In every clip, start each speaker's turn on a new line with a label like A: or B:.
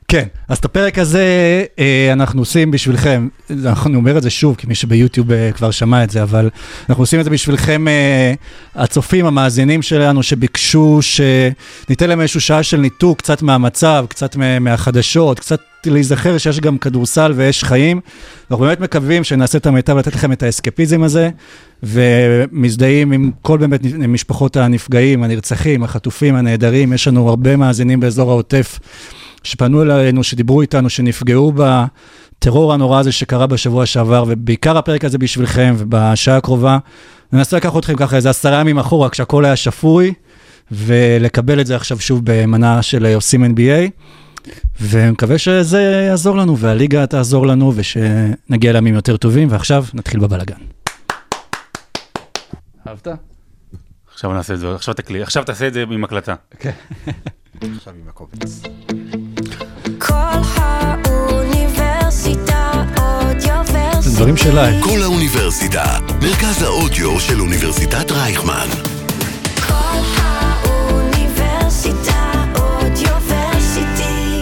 A: כן, אז את הפרק הזה אנחנו עושים בשבילכם, אני אומר את זה שוב, כי מי שביוטיוב כבר שמע את זה, אבל אנחנו עושים את זה בשבילכם, הצופים, המאזינים שלנו שביקשו שניתן להם איזשהו שעה של ניתוק, קצת מהמצב, קצת מהחדשות, קצת להיזכר שיש גם כדורסל ויש חיים. אנחנו באמת מקווים שנעשה את המיטב לתת לכם את האסקפיזם הזה, ומזדהים עם כל באמת משפחות הנפגעים, הנרצחים, החטופים, הנהדרים. יש לנו הרבה מאזינים באזור העוטף, שפנו אלינו, שדיברו איתנו, שנפגעו בטרור הנורא הזה שקרה בשבוע שעבר, ובעיקר הפרק הזה בשבילכם, ובשעה הקרובה, ננסה לקח אתכם ככה איזה 10 ימים אחורה, כשהכל היה שפוי, ולקבל את זה עכשיו שוב במנה של עושים NBA, ומקווה שזה יעזור לנו, והליגה תעזור לנו, ושנגיע לימים יותר טובים, ועכשיו נתחיל בבלגן. אהבת?
B: עכשיו נעשה את זה, עכשיו תעשה את זה עם הקלטה.
A: כן.
C: עכשיו עם הקובץ.
D: כל האוניברסיטה אודיו ורסיטי.
A: דברים שלה.
E: כל האוניברסיטה, מרכז האודיו של אוניברסיטת רייכמן.
D: כל האוניברסיטה אודיו ורסיטי.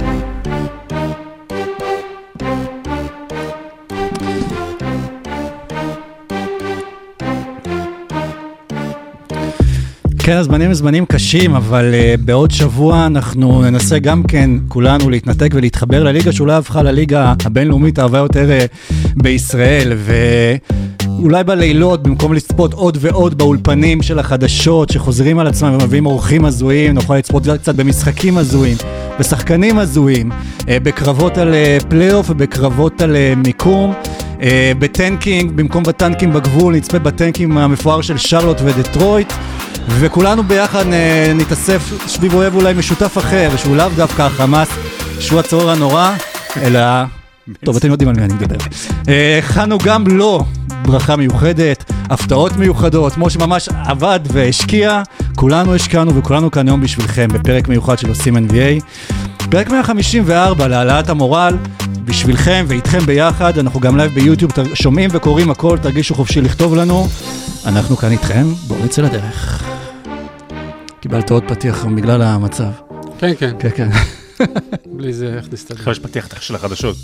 A: כן, הזמנים הם זמנים קשים, אבל בעוד שבוע אנחנו ננסה גם כן כולנו להתנתק ולהתחבר לליגה שאולי הפכה לליגה הבינלאומית האהובה יותר בישראל, ואולי בלילות במקום לצפות עוד ועוד באולפנים של החדשות שחוזרים על עצמם ומביאים אורחים הזויים, נוכל לצפות קצת במשחקים הזויים, בשחקנים הזויים, בקרבות על פלייאוף ובקרבות על מיקום, בטנקינג, במקום בטנקים בגבול נצפה בטנקים המפואר של שרלוט ודטרויט, וכולנו ביחד נתאסף סביב אוהב אולי משותף אחר, שהוא לאו דווקא החמאס, שהוא הצורר הנורא, אלא... טוב, אתם יודעים על מי אני מדבר. הכנו גם לו ברכה מיוחדת, הפתעות מיוחדות, כמו שממש עבד והשקיע, כולנו השקענו וכולנו כאן היום בשבילכם, בפרק מיוחד של עושים NBA. פרק 154 להעלאת המורל, בשבילכם ואיתכם ביחד, אנחנו גם לייב ביוטיוב, שומעים וקוראים הכל, תרגישו חופשי לכתוב לנו, אנחנו כאן איתכם, בואו נצא לדרך. קיבלת עוד פתיח בגלל המצב.
C: כן, כן.
A: כן, כן.
C: בלי זה, איך נסתדר?
B: עכשיו יש פתיח של החדשות.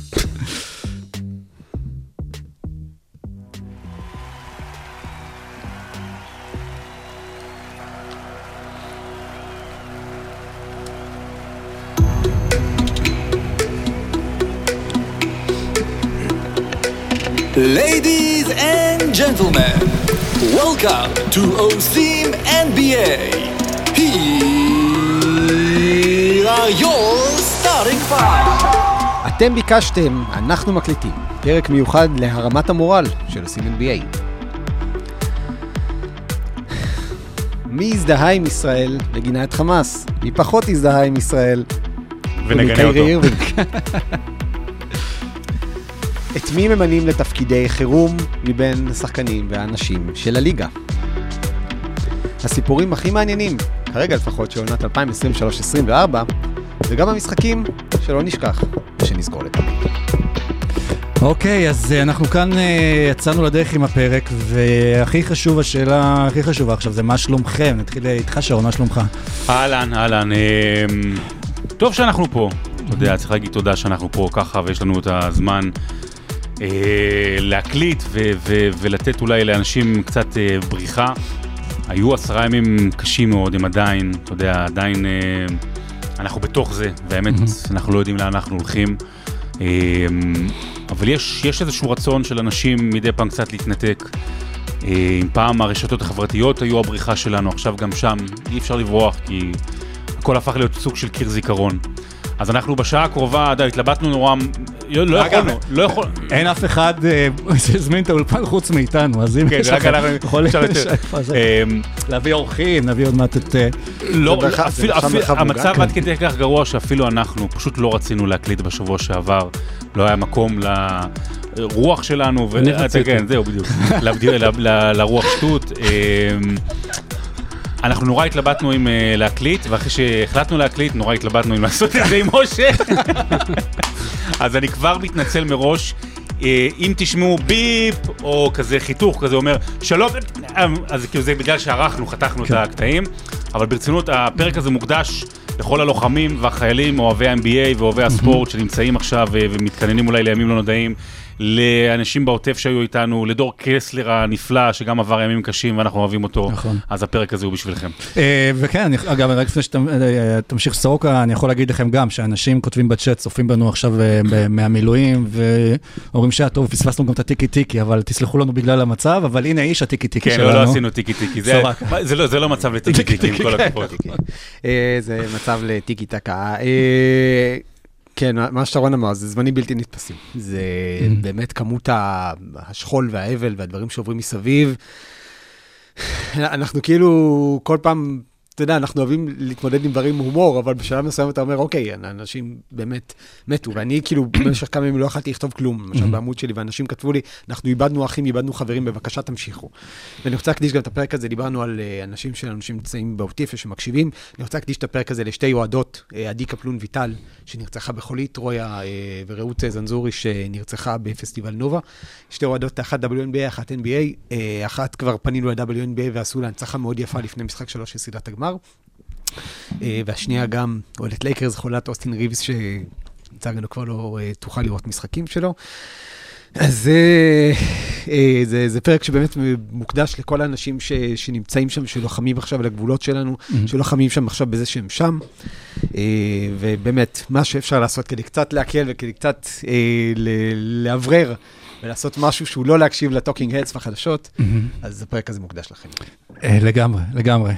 F: Ladies and gentlemen, welcome to OSIM NBA. Here are your starting five.
C: אתם ביקשתם, אנחנו מקליטים, פרק מיוחד להרמת המורל של עושים NBA. מי הזדהה עם ישראל וגינה את חמאס? מי פחות הזדהה עם ישראל
B: ונגנה אותו.
C: את מי ממנים לתפקידי חירום מבין השחקנים והאנשים של הליגה? הסיפורים הכי מעניינים, כרגע לפחות שעונת 2023-2024, וגם המשחקים שלא נשכח ושנזכור לתמיד.
A: אוקיי, אז אנחנו כאן יצאנו לדרך עם הפרק, והכי חשוב, השאלה הכי חשובה עכשיו זה מה שלומכם? נתחיל איתך שרון, מה שלומך?
B: אהלן, טוב שאנחנו פה, אתה יודע, צריך להגיד תודה שאנחנו פה ככה, ויש לנו את הזמן להקליט ולתת אולי לאנשים קצת בריחה. היו 10 ימים קשים מאוד, הם עדיין, אתה יודע, עדיין אנחנו בתוך זה, והאמת אנחנו לא יודעים לאן אנחנו הולכים, אבל יש איזשהו רצון של אנשים מדי פעם קצת להתנתק. אם פעם הרשתות החברתיות היו הבריחה שלנו, עכשיו גם שם אי אפשר לברוח, כי הכל הפך להיות סוג של קיר זיכרון. אז אנחנו בשעה הקרובה, התלבטנו נורא, לא יכולנו.
A: אין אף אחד שהזמין את האולפן חוץ מאיתנו, אז אם יש לך יכול להביא אורחים, נביא עוד מעט את...
B: המצב עד כדי כך גרוע שאפילו אנחנו פשוט לא רצינו להקליט בשבוע שעבר, לא היה מקום לרוח שלנו, זהו בדיוק, לרוח שטות. אנחנו נורא התלבטנו עם להקליט, ואחרי שהחלטנו להקליט, נורא התלבטנו עם לעשות את זה עם משה. אז אני כבר מתנצל מראש, אם תשמעו ביפ, או כזה חיתוך, כזה אומר, שלום, אז כאילו זה בגלל שערכנו, חתכנו את הקטעים, אבל ברצינות, הפרק הזה מוקדש לכל הלוחמים והחיילים, אוהבי ה-NBA ואוהבי הספורט שנמצאים עכשיו ומתכננים אולי לימים לא נודעים, לאנשים בעוטף שהיו איתנו, לדור קסלר הנפלא, שגם עבר ימים קשים ואנחנו אוהבים אותו, אז הפרק הזה הוא בשבילכם.
A: וכן, אגב, רק לפני שתמשיך סורוקה, אני יכול להגיד לכם גם, שאנשים כותבים בצ'אט, צופים בנו עכשיו מהמילואים, ואומרים טוב, פספסנו גם את הטיקי-טיקי, אבל תסלחו לנו בגלל המצב, אבל הנה איש הטיקי-טיקי שלנו.
B: כן, לא עשינו טיקי-טיקי, זה לא מצב לטיקי-טיקי, עם כל הכבוד.
C: זה מצב לטיקי-טקה. כן, מה שרון אמר, זה זמנים בלתי נתפסים. זה באמת כמות השכול והאבל והדברים שעוברים מסביב. אנחנו כאילו כל פעם, אתה יודע, אנחנו אוהבים להתמודד עם דברים הומור, אבל בשלב מסוים אתה אומר, אוקיי, אנשים באמת מתו, ואני כאילו במשך כמה ימים לא יכולתי לכתוב כלום, למשל בעמוד שלי, ואנשים כתבו לי, אנחנו איבדנו אחים, איבדנו חברים, בבקשה תמשיכו. ואני רוצה להקדיש גם את הפרק הזה, דיברנו על אנשים נמצאים באוטיף שמקשיבים, אני רוצה להקדיש את הפרק הזה לשתי אוהדות, עדי קפלון ויטל, שנרצחה בחולית, רויה ורעות זנזורי, שנרצחה בפסטיבל נובה. שתי אוהדות, אחת WNBA, אחת NBA, אחת כבר פנינו ל-WNBA ועשו לה הנצחה מאוד יפה לפני משחק 3 של סדרת הגמר. והשנייה גם אוהדת לייקרס, חולת אוסטין ריבס, שנצגנו כבר לא תוכל לראות משחקים שלו. אז זה פרק שבאמת מוקדש לכל האנשים שנמצאים שם, שלוחמים עכשיו על הגבולות שלנו, שלוחמים שם עכשיו בזה שהם שם. ובאמת, מה שאפשר לעשות כדי קצת להקל וכדי קצת להברר ולעשות משהו שהוא לא להקשיב לטוקינג הדס והחדשות, אז הפרק הזה מוקדש לכם.
A: לגמרי, לגמרי.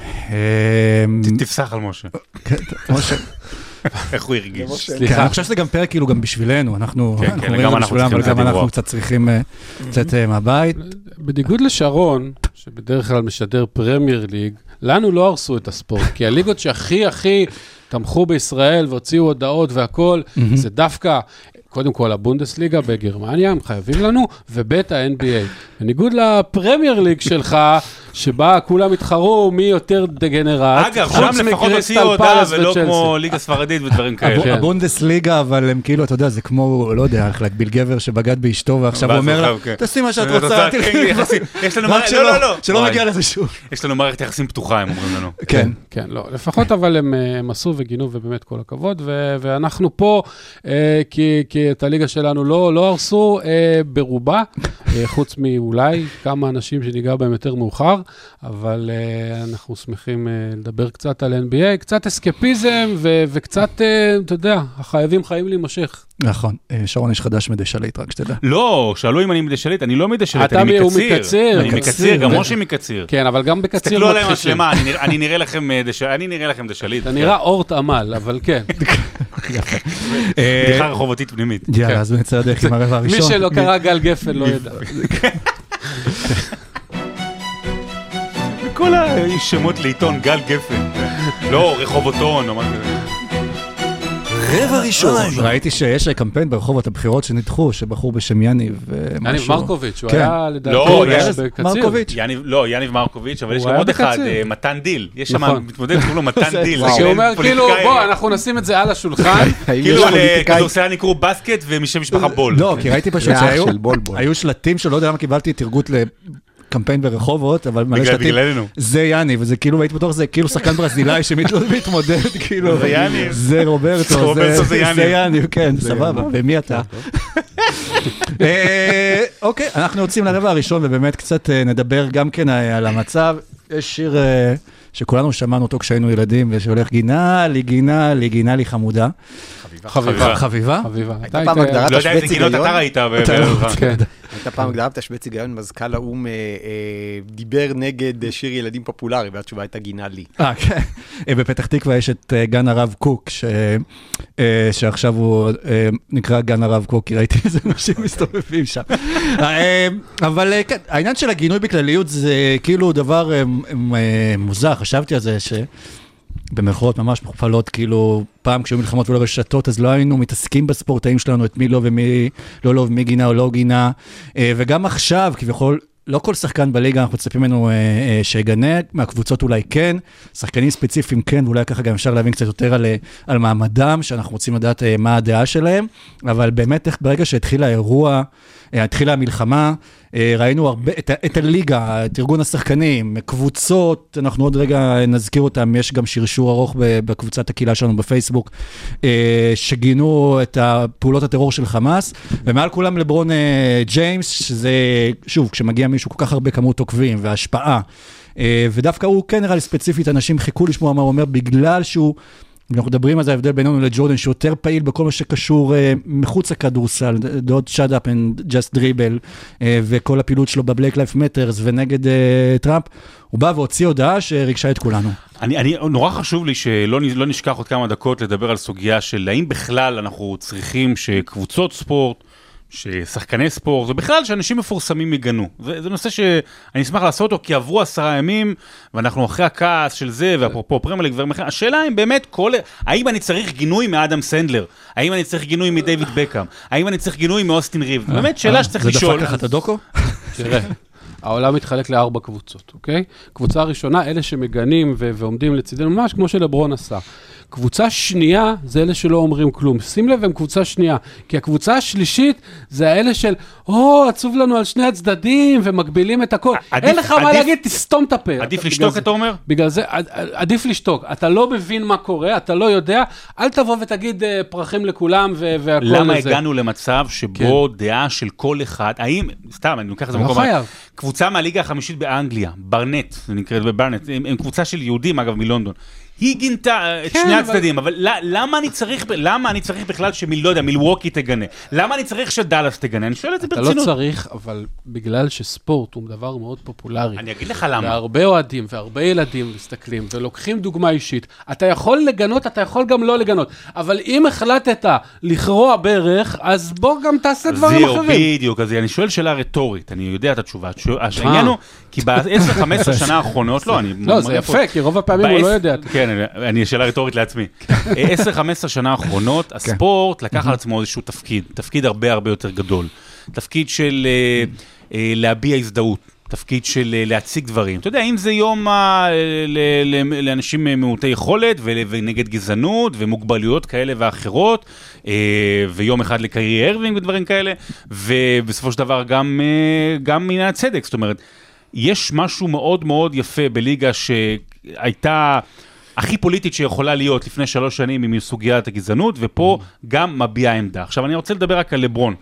B: תפסח על משה.
A: משה.
B: איך הוא הרגיש?
A: אני חושב שזה גם פרק כאילו גם בשבילנו, אנחנו רואים את בשבילם, אבל גם אנחנו קצת צריכים לצאת מהבית.
G: בניגוד לשרון, שבדרך כלל משדר פרמייר ליג, לנו לא הרסו את הספורט, כי הליגות שהכי הכי תמכו בישראל והוציאו הודעות והכל, זה דווקא קודם כל הבונדסליגה בגרמניה, הם חייבים לנו, ובית ה-NBA. בניגוד לפרמייר ליג שלך, שבה כולם התחרו מי יותר דגנרט.
B: אגב, שם לפחות הוציאו הודעה, ולא כמו ליגה ספרדית ודברים כאלה.
A: הבונדסליגה, אבל הם כאילו, אתה יודע, זה כמו, לא יודע, להגביל גבר שבגד באשתו, ועכשיו הוא אומר לה, תעשי מה שאת רוצה, שלא מגיע לזה שוב.
B: יש לנו מערכת יחסים פתוחה, הם אומרים לנו.
A: כן.
G: כן, לא. לפחות אבל הם עשו וגינו, ובאמת כל הכבוד, ואנחנו פה, כי את הליגה שלנו לא הרסו ברובה, חוץ מאולי כמה אנשים שניגע בהם יותר מאוחר, אבל אנחנו שמחים לדבר קצת על NBA, קצת אסקפיזם וקצת, אתה יודע, החייבים חיים להימשך.
A: נכון, שרון יש חדש מדשלית, רק שתדע.
B: לא, שאלו אם אני מדשלית, אני לא מדשלית, אני מקציר. אני מקציר, גם משה מקציר.
G: כן, אבל גם בקציר
B: תסתכלו עליהם השלמה, אני נראה לכם דשלית.
G: אתה נראה אורט עמל, אבל כן.
B: בדיחה רחובותית פנימית.
A: יאללה, אז נצא לדרך עם הרבע הראשון.
G: מי שלא קרא גל גפן לא ידע.
B: כל השמות לעיתון גל גפן. לא, רחובותון או מה כזה.
F: רבע ראשון.
A: ראיתי שיש קמפיין ברחובות הבחירות שנדחו, שבחור בשם יניב.
G: יניב מרקוביץ', הוא היה לדעתי בקציר.
A: מרקוביץ'.
B: לא, יניב מרקוביץ', אבל יש גם עוד אחד, מתן דיל. יש שם מתמודד, קוראים לו מתן דיל.
G: שהוא אומר, כאילו, בוא, אנחנו נשים את זה על השולחן.
B: כאילו, כדורסלן יקראו בסקט ומשם משפחה בול.
A: לא, כי ראיתי פשוט שהיו שלטים שלא יודע למה קיבלתי תרגות קמפיין ברחובות, אבל מלא שלטים, זה יאני, וזה כאילו, והייתי בטוח, זה כאילו שחקן ברזילאי שמתמודד, כאילו,
B: זה יאני,
A: זה רוברטו, זה יאני, כן, סבבה, ומי אתה? אוקיי, אנחנו יוצאים לרבע הראשון, ובאמת קצת נדבר גם כן על המצב. יש שיר שכולנו שמענו אותו כשהיינו ילדים, ושהולך גינה לי חמודה. חביבה?
C: הייתה פעם הגדרת השבץ היגיון?
B: לא יודע איזה גינות אתה ראית.
C: הייתה פעם הגדרת השבץ היגיון, מזכ"ל האום דיבר נגד שיר ילדים פופולרי, והתשובה הייתה גינה לי.
A: כן. בפתח תקווה יש את גן הרב קוק, שעכשיו הוא נקרא גן הרב קוק, כי ראיתי איזה אנשים מסתובבים שם. אבל כן, העניין של הגינוי בכלליות זה כאילו דבר מוזר, חשבתי על זה במרכאות ממש מכופלות, כאילו פעם כשהיו מלחמות ולא רשתות, אז לא היינו מתעסקים בספורטאים שלנו, את מי לא ומי לא, ומי גינה או לא גינה, וגם עכשיו, כביכול, לא כל שחקן בליגה, אנחנו מצפים ממנו שיגנה, מהקבוצות אולי כן, שחקנים ספציפיים כן, ואולי ככה גם אפשר להבין קצת יותר על מעמדם, שאנחנו רוצים לדעת מה הדעה שלהם, אבל באמת ברגע שהתחיל האירוע, התחילה המלחמה, ראינו הרבה, את הליגה, את ארגון השחקנים, קבוצות, אנחנו עוד רגע נזכיר אותם, יש גם שרשור ארוך בקבוצת הקהילה שלנו בפייסבוק, שגינו את פעולות הטרור של חמאס, ומעל כולם לברון ג'יימס, שזה, שוב, כשמגיע מישהו כל כך הרבה כמות עוקבים והשפעה, ודווקא הוא כן נראה לי ספציפית, אנשים חיכו לשמוע מה הוא אומר, בגלל שהוא, אנחנו מדברים על זה, ההבדל בינינו לג'ורדן, שהוא יותר פעיל בכל מה שקשור מחוץ לכדורסל, Don't shut up and just dribble, וכל הפעילות שלו ב-Black Lives Matters ונגד טראמפ, הוא בא והוציא הודעה שריגשה את כולנו.
B: נורא חשוב לי שלא נשכח עוד כמה דקות לדבר על סוגיה של האם בכלל אנחנו צריכים שקבוצות ספורט, ששחקני ספורט, ובכלל שאנשים מפורסמים יגנו. זה נושא שאני אשמח לעשות אותו, כי עברו 10 ימים, ואנחנו אחרי הכעס של זה, ואפרופו פרמייליג ודברים אחרים. השאלה אם באמת האם אני צריך גינוי מאדם סנדלר? האם אני צריך גינוי מדייוויד בקאם? האם אני צריך גינוי מאוסטין ריב? באמת שאלה שצריך לשאול.
A: זה דפק לך את הדוקו?
G: תראה, העולם מתחלק ל4 קבוצות, אוקיי? קבוצה ראשונה, אלה שמגנים ועומדים לצידנו, ממש כמו שלברון עשה. קבוצה שנייה זה אלה שלא אומרים כלום. שים לב, הם קבוצה שנייה. כי הקבוצה השלישית זה האלה של, עצוב לנו על שני הצדדים ומגבילים את הכל. אין לך מה להגיד, תסתום את הפה.
B: עדיף לשתוק, אתה אומר?
G: בגלל זה, עדיף לשתוק. אתה לא מבין מה קורה, אתה לא יודע, אל תבוא ותגיד פרחים לכולם והכל לזה.
B: למה הגענו למצב שבו דעה של כל אחד, האם, סתם, אני לוקח את זה במקום, קבוצה מהליגה החמישית באנגליה, ברנט, זה נקראת בברנט, הם קבוצה של יהודים, אגב, מלונדון. היא גינתה את שני הצדדים, אבל למה אני צריך בכלל מילווקי תגנה? למה אני צריך שדלס תגנה? אני שואל את זה ברצינות.
G: אתה לא צריך, אבל בגלל שספורט הוא דבר מאוד פופולרי.
B: אני אגיד לך למה.
G: והרבה אוהדים והרבה ילדים מסתכלים ולוקחים דוגמה אישית. אתה יכול לגנות, אתה יכול גם לא לגנות. אבל אם החלטת לכרוע ברך, אז בוא גם תעשה דברים אחרים.
B: בדיוק, אז אני שואל שאלה רטורית, אני יודע את התשובה. העניין הוא, כי ב-10-15 שנה האחרונות,
G: לא, זה יפה, כי רוב הפעמים הוא לא יודע.
B: כן, אני שאלה רטורית לעצמי. 10-15 שנה האחרונות, הספורט לקח על עצמו איזשהו תפקיד הרבה הרבה יותר גדול. תפקיד של להביע הזדהות, תפקיד של להציג דברים. אתה יודע, אם זה יום לאנשים מעוטי יכולת ונגד גזענות ומוגבלויות כאלה ואחרות, ויום אחד לקיירי ארווינג ודברים כאלה, ובסופו של דבר גם מן הצדק. זאת אומרת, יש משהו מאוד מאוד יפה בליגה שהייתה הכי פוליטית שיכולה להיות לפני 3 שנים עם סוגיית הגזענות, ופה גם מביע עמדה. עכשיו אני רוצה לדבר רק על לברון.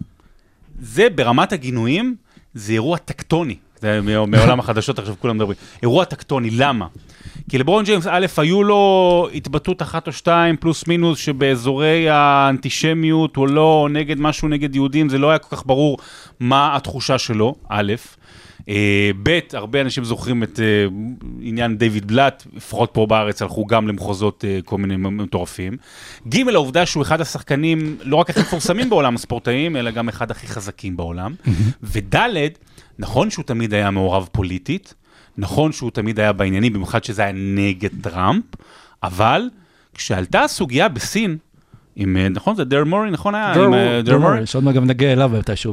B: זה ברמת הגינויים, זה אירוע טקטוני. זה מעולם החדשות, עכשיו כולם מדברים. אירוע טקטוני, למה? כי לברון ג'יימס, א', היו לו התבטאות 1 או 2 פלוס מינוס שבאזורי האנטישמיות או לא, נגד משהו נגד יהודים, זה לא היה כל כך ברור מה התחושה שלו, א', ב', הרבה אנשים זוכרים את עניין דיוויד בלאט, לפחות פה בארץ הלכו גם למחוזות כל מיני מטורפים. ג', העובדה שהוא אחד השחקנים, לא רק הכי מפורסמים בעולם הספורטאים, אלא גם אחד הכי חזקים בעולם. וד', נכון שהוא תמיד היה מעורב פוליטית, נכון שהוא תמיד היה בעניינים, במיוחד שזה היה נגד טראמפ, אבל כשעלתה הסוגיה בסין, נכון, זה דר מורי, נכון היה?
A: דר מורי, שעוד מה גם נגיע אליו מתישהו.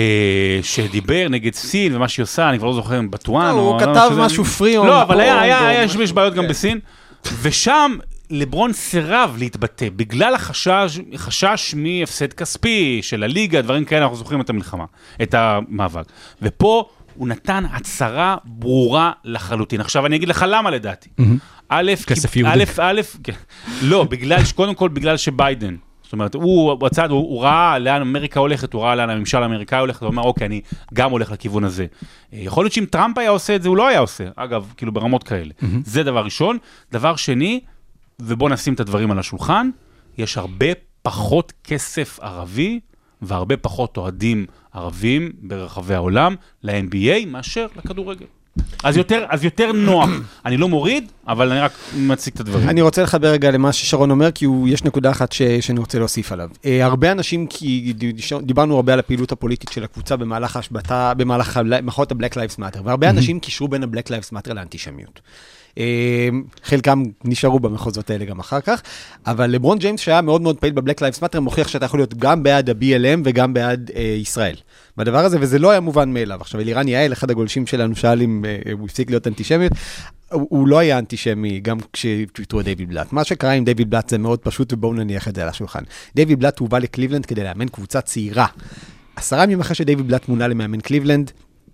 B: שדיבר נגד סין, ומה שהיא עושה, אני כבר לא זוכר, בטואן.
C: הוא כתב משהו פרי.
B: לא, אבל יש בעיות גם בסין, ושם לברון סירב להתבטא, בגלל החשש מהפסד כספי של הליגה, דברים כאלה, אנחנו זוכרים את המלחמה, את המאבק. ופה הוא נתן הצהרה ברורה לחלוטין. עכשיו אני אגיד לך למה לדעתי.
A: כסף יהודי.
B: לא, קודם כל בגלל שביידן, זאת אומרת, הוא ראה לאן אמריקה הולכת, הוא ראה לאן הממשל האמריקאי הולכת, הוא אומר, אוקיי, אני גם הולך לכיוון הזה. יכול להיות שאם טראמפ היה עושה את זה, הוא לא היה עושה. אגב, כאילו ברמות כאלה. זה דבר ראשון. דבר שני, ובוא נשים את הדברים על השולחן, יש הרבה פחות כסף ערבי, והרבה פחות אוהדים ערבים ברחבי העולם, ל-NBA, מאשר לכדורגל. אז יותר נוח. אני לא מוריד, אבל אני רק מציג את הדברים.
C: אני רוצה לחבר רגע למה ששרון אומר, כי יש נקודה אחת שאני רוצה להוסיף עליו. הרבה אנשים, כי דיברנו הרבה על הפעילות הפוליטית של הקבוצה במהלך מחאות ה-Black Lives Matter, והרבה אנשים קישרו בין ה-Black Lives Matter לאנטישמיות. חלקם נשארו במחוזות האלה גם אחר כך, אבל לברון ג'יימס שהיה מאוד מאוד פעיל בבלק לייבס מאטר, מוכיח שאתה יכול להיות גם בעד ה-BLM וגם בעד ישראל. בדבר הזה, וזה לא היה מובן מאליו. עכשיו, אלירן יעל, אחד הגולשים שלנו, שאל אם הוא הפסיק להיות אנטישמיות, הוא לא היה אנטישמי, גם כשפיטרו את דיוויד בלאט. מה שקרה עם דיוויד בלאט זה מאוד פשוט, ובואו נניח את זה על השולחן. דיוויד בלאט הובא לקליבלנד כדי לאמן קבוצה צעירה. 10 ימים אחרי שדיוויד בלאט מונה למאמן קליבלנד,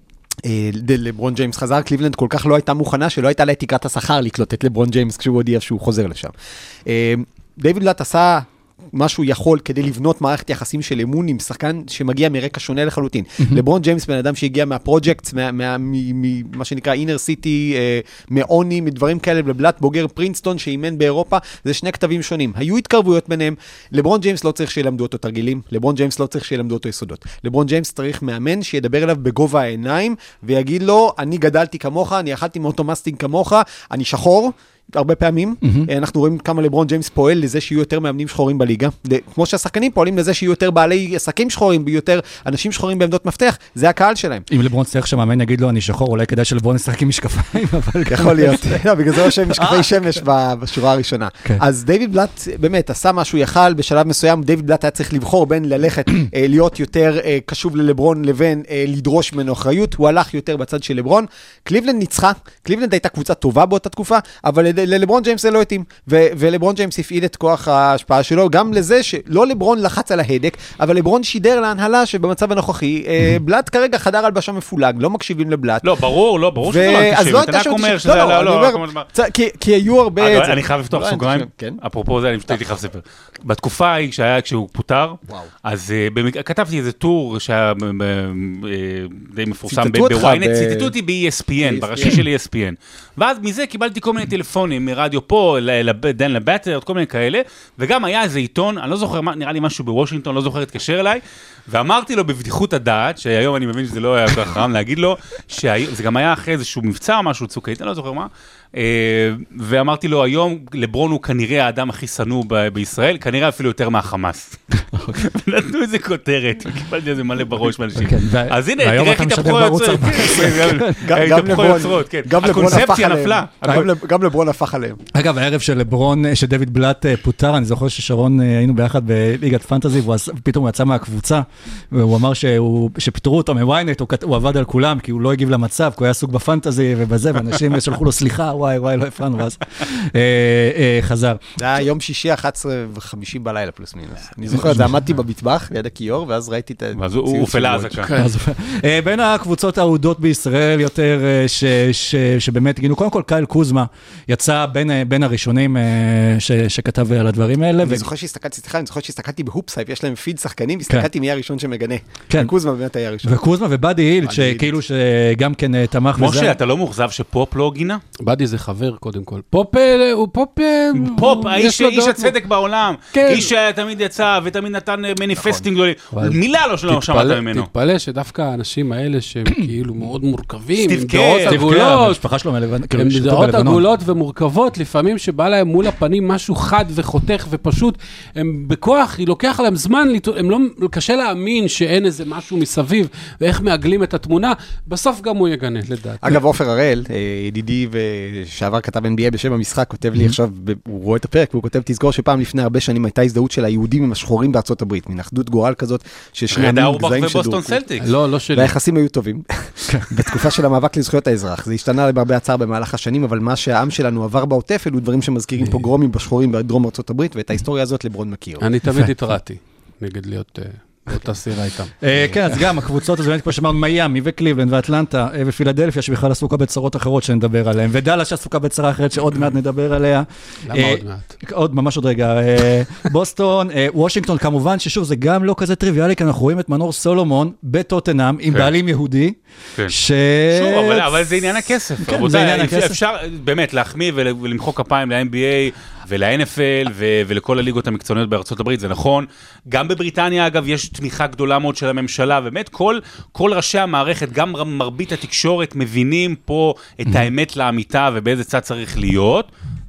C: לברון ג'יימס חזר, קליבלנד כל כך לא הייתה מוכנה, שלא הייתה לה תקרת השכר לקלוט את לברון ג'יימס כשהוא הודיע שהוא חוזר לשם. דיוויד בלאט עשה משהו יכול כדי לבנות מערכת יחסים של אמון עם שחקן שמגיע מרקע שונה לחלוטין. לברון ג'יימס בן אדם שהגיע מהפרויקט, מה שנקרא אינר סיטי, מעוני, מדברים כאלה, בלאט בוגר פרינסטון שאימן באירופה, זה שני כתבים שונים. היו התקרבויות ביניהם, לברון ג'יימס לא צריך שילמדו אותו תרגילים, לברון ג'יימס לא צריך שילמדו אותו יסודות. לברון ג'יימס צריך מאמן שידבר אליו בגובה העיניים, ויגיד לו, אני גדלתי כמוך, אני אכלתי מאותו מסטינג כמוך, אני שחור, הרבה פעמים, אנחנו רואים כמה לברון ג'יימס פועל לזה שיהיו יותר מאמנים שחורים בליגה, כמו שהשחקנים פועלים לזה שיהיו יותר בעלי עסקים שחורים, יותר אנשים שחורים בעמדות מפתח, זה הקהל שלהם.
A: אם לברון צריך שהמאמן יגיד לו אני שחור, אולי כדאי שלברון ישחק עם משקפיים, אבל
C: יכול להיות, בגלל זה יש משקפי שמש בשורה הראשונה. אז דיוויד בלאט באמת עשה משהו יחל, בשלב מסוים דיוויד בלאט היה צריך לבחור בין ללכת להיות יותר קשוב ללברון לבין לדרוש ממנו אחריות, הוא הלך יותר בצד של לברון. קליבלנד ניצחה, קליבלנד הייתה קבוצה טובה באותה תקופה, אבל לברון ג'יימס זה לא התאים, ולברון ג'יימס הפעיל את כוח ההשפעה שלו, גם לזה שלא לברון לחץ על ההדק, אבל לברון שידר להנהלה שבמצב הנוכחי, בלאט כרגע חדר הלבשה מפולג, לא מקשיבים לבלאט.
B: לא, ברור שזה לא אנטישמי, אתה רק אומר שזה לא,
C: כי היו הרבה...
B: אני חייב לפתוח סוגריים, אפרופו זה, אני פשוט הייתי חייב לספר. בתקופה ההיא כשהוא פוטר, אז כתבתי איזה טור שהיה די מפורסם בוויינט, ציטטו אותי ב-ESPN, בראשי של ESPN, ואז מזה קיבלתי כל מיני טלפונים, מרדיו פה, דן לבטר, כל מיני כאלה, וגם היה איזה עיתון, אני לא זוכר, נראה לי משהו בוושינגטון, לא זוכר, התקשר אליי, ואמרתי לו בבדיחות הדעת, שהיום אני מבין שזה לא היה כל כך רם להגיד לו, שזה גם היה אחרי איזשהו מבצע או משהו צוקית, אני לא זוכר מה, ואמרתי לו, היום לברון הוא כנראה האדם הכי שנוא בישראל, כנראה אפילו יותר מהחמאס. ונתנו איזה כותרת, וקיבלתי איזה מלא בראש מאנשים. אז הנה, תראה איך התהפכו היוצרות. הקונספציה נפלה.
C: גם לברון הפך עליהם.
A: אגב, הערב של לברון, שדויד בלאט פוטר, אני זוכר ששרון היינו ביחד בליגת פנטזי, ופתאום הוא יצא מהקבוצה, והוא אמר שפיטרו אותו מוויינט, הוא עבד על כולם, כי הוא לא הגיב למצב, כי הוא היה סוג בפנטזי ובזה, ואנשים שלחו לו סליחה, וואי, לא הפרענו, ואז חזר.
C: זה היה יום שישי 11:50 בלילה פלוס מינוס. אני זוכר, זה עמדתי במטבח ליד הכיור, ואז ראיתי את
B: ואז הוא הופלה הזקה.
A: בין הקבוצות האהודות בישראל יותר, שבאמת גינו, קודם כל קייל קוזמה יצא בין הראשונים שכתב על הדברים האלה.
C: אני זוכר שהסתכלתי בהופסייב, יש להם פיד שחקנים, הסתכלתי מי הראשון שמגנה. קוזמה באמת היה הראשון.
A: וקוזמה ובאדי הילד, שכאילו שגם כן תמך בזה.
B: משה, אתה לא מאוכזב שפופ לא גינה?
G: באדי זה חבר קודם כל. פופ,
B: איש הצדק בעולם. איש שתמיד יצא ותמיד נתן מניפסטינג גדולים. מילה לא שמעת ממנו.
G: תתפלא שדווקא האנשים האלה שהם כאילו מאוד מורכבים,
B: סטיב
A: המשפחה שלו
G: הם דעות עגולות ומורכבות, לפעמים שבא להם מול הפנים משהו חד וחותך ופשוט, הם בכוח, לוקח להם זמן, הם לא, קשה להאמין שאין איזה משהו מסביב, ואיך מעגלים את התמונה, בסוף גם הוא יגנה, לדעת.
C: אגב, עופר הראל, ידידי ושעבר כתב NBA בשם המשחק, כותב לי עכשיו, הוא רואה את הפרק, והוא כותב, תזכור שפעם לפני הרבה שנים הייתה הזדהות של היהודים עם השחורים בארצות הברית, מן אחדות גורל כזאת, ששני עמים גזעים שדורכו.
G: לא שלי.
C: והיחסים היו טובים. בתקופה של המאבק לזכויות האזרח. זה השתנה למרבה הצער במהלך השנים, אבל מה שהעם שלנו עבר בעוטף, אלו דברים שמזכירים פוגרומים בשחורים בדרום ארצות הברית, ואת ההיסטוריה הזאת לברון מכיר.
G: אני תמיד התרעתי נגד להיות באותה סירה איתם.
A: כן, אז גם הקבוצות, אז באמת כמו שאמרנו, מיאמי וקליבלנד ואטלנטה ופילדלפיה, שבכלל עסוקה בצרות אחרות שנדבר עליהן, ודאלה שעסוקה בצרה אחרת שעוד מעט נדבר עליה.
G: למה עוד מעט?
A: ממש עוד רגע. בוסטון, וושינגטון, כמובן ששוב, זה גם לא כזה טריוויאלי, כי אנחנו רואים את מנור סולומון בטוטנהאם, עם בעלים יהודי,
B: שוב, אבל זה עניין הכסף. אפשר באמת להחמיא ולמחוא כפיים ל-NBA ול-NFL ולכל הליגות המקצועניות בארצות הברית, זה נכון. גם בבריטניה, אגב, יש תמיכה גדולה מאוד של הממשלה, באמת כל ראשי המערכת, גם מרבית התקשורת, מבינים פה את האמת לאמיתה ובאיזה צד צריך להיות.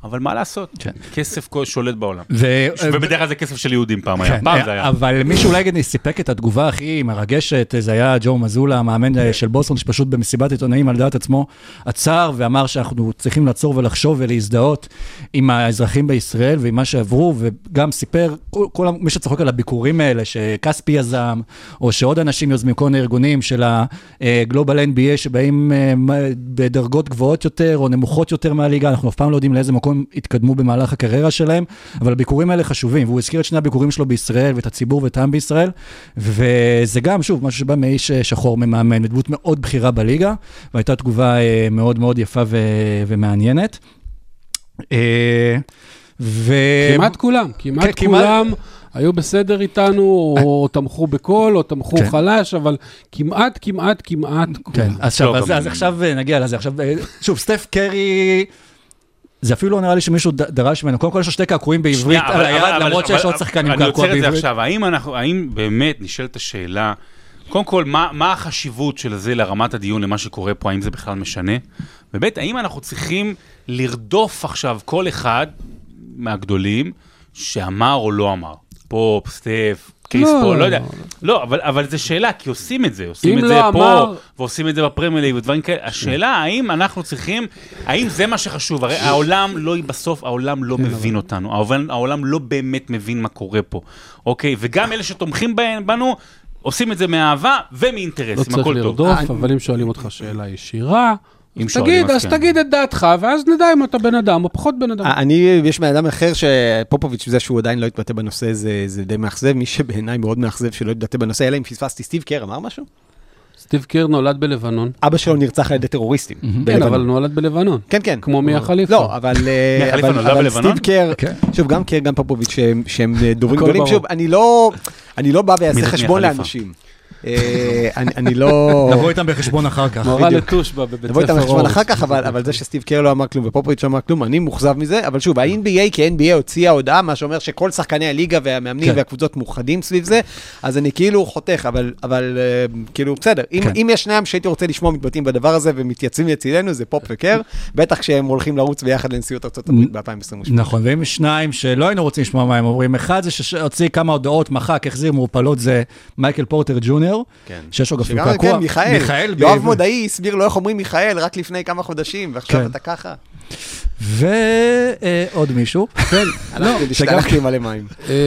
B: אבל מה לעשות?
A: כן.
B: כסף שולט בעולם. ובדרך כלל זה כסף של יהודים פעם היה.
A: כן,
B: פעם זה היה.
A: אבל מישהו אולי סיפק את התגובה הכי מרגשת, זה היה ג'ו מזולה, המאמן של בוסטון, שפשוט במסיבת עיתונאים על דעת עצמו עצר ואמר שאנחנו צריכים לעצור ולחשוב ולהזדהות עם האזרחים בישראל ועם מה שעברו, וגם סיפר, כל מי שצחוק על הביקורים האלה, שקספי יזם, או שעוד אנשים יוזמים כל הארגונים של הגלובל NBA, שבאים בדרגות גבוהות יותר או נמוכות יותר מהליגה, אנחנו אף פעם לא יודעים לאיזה מקום התקדמו במהלך הקריירה שלהם, אבל הביקורים האלה חשובים, והוא הזכיר את שני הביקורים שלו בישראל, ואת הציבור ואת העם בישראל, וזה גם, שוב, משהו שבא מאיש שחור ממאמן, דמות מאוד בכירה בליגה, והייתה תגובה מאוד מאוד יפה ומעניינת.
G: כמעט כולם היו בסדר איתנו, או תמכו בכל, או תמכו חלש, אבל כמעט כולם.
A: אז עכשיו נגיע לזה, עכשיו, שוב, סטף קרי, זה אפילו לא נראה לי שמישהו דרש ממנו, קודם כל יש לו שתי קעקועים בעברית על היד, למרות שיש עוד שחקנים קעקוע בעברית.
B: אני יוצר את זה עכשיו, האם באמת נשאלת השאלה, קודם כל, מה החשיבות של זה לרמת הדיון, למה שקורה פה, האם זה בכלל משנה? באמת, האם אנחנו צריכים לרדוף עכשיו כל אחד מהגדולים, שאמר או לא אמר? פופ, סטף, קריס פול, לא יודע. לא, אבל זו שאלה, כי עושים את זה. עושים את זה פה, ועושים את זה בפרמייר ליג, ודברים כאלה. השאלה, האם אנחנו צריכים, האם זה מה שחשוב? הרי העולם לא, בסוף העולם לא מבין אותנו. העולם לא באמת מבין מה קורה פה. אוקיי? וגם אלה שתומכים בנו, עושים את זה מאהבה ומאינטרס.
G: לא צריך לרדוף, אבל אם שואלים אותך שאלה ישירה, אז תגיד את דעתך, ואז נדע אם אתה בן אדם, או פחות בן אדם.
C: יש בן אדם אחר שפופוביץ' זה שהוא עדיין לא התבטא בנושא, זה די מאכזב, מי שבעיניי מאוד מאכזב שלא התבטא בנושא, אלא אם פספסתי, סטיב קר אמר משהו?
G: סטיב קר נולד בלבנון.
C: אבא שלו נרצח על ידי טרוריסטים.
G: כן, אבל נולד בלבנון.
C: כן, כן.
G: כמו מיה חליפה.
C: לא, אבל סטיב קר, שוב, גם קר, גם פופוביץ' שהם דוברים גדולים, שוב, אני לא בא ויעשה חשבון לאנשים. אני לא...
A: נבוא איתם בחשבון אחר כך.
G: מורה לטוש בבית ספר.
C: נבוא איתם בחשבון אחר כך, אבל זה שסטיב קר לא אמר כלום ופופוביץ' אמר כלום, אני מוחזב מזה, אבל שוב, ה-NBA כ-NBA הוציאה הודעה, מה שאומר שכל שחקני הליגה והמאמנים והקבוצות מאוחדים סביב זה, אז אני כאילו חותך, אבל כאילו בסדר. אם יש שניים שהייתי רוצה לשמוע מתבטאים בדבר הזה ומתייצבים לצילנו, זה פופ וקר, בטח כשהם הולכים לרוץ ביחד לנשיאות ארצות הברית ב-2028.
A: נכון, ואם שניים שלא היינו רוצים לשמוע מה הם אומרים, אחד זה שהוציא כמה הודעות, מחק, החזיר מעורפלות, זה מייקל פורטר ג'וניור, שיש לו גפלו קעקוע.
C: מיכאל, יואב מודעי הסביר לו איך אומרים מיכאל רק לפני כמה חודשים, ועכשיו אתה ככה.
A: ועוד מישהו.
C: כן, השתלחתי מלא מים.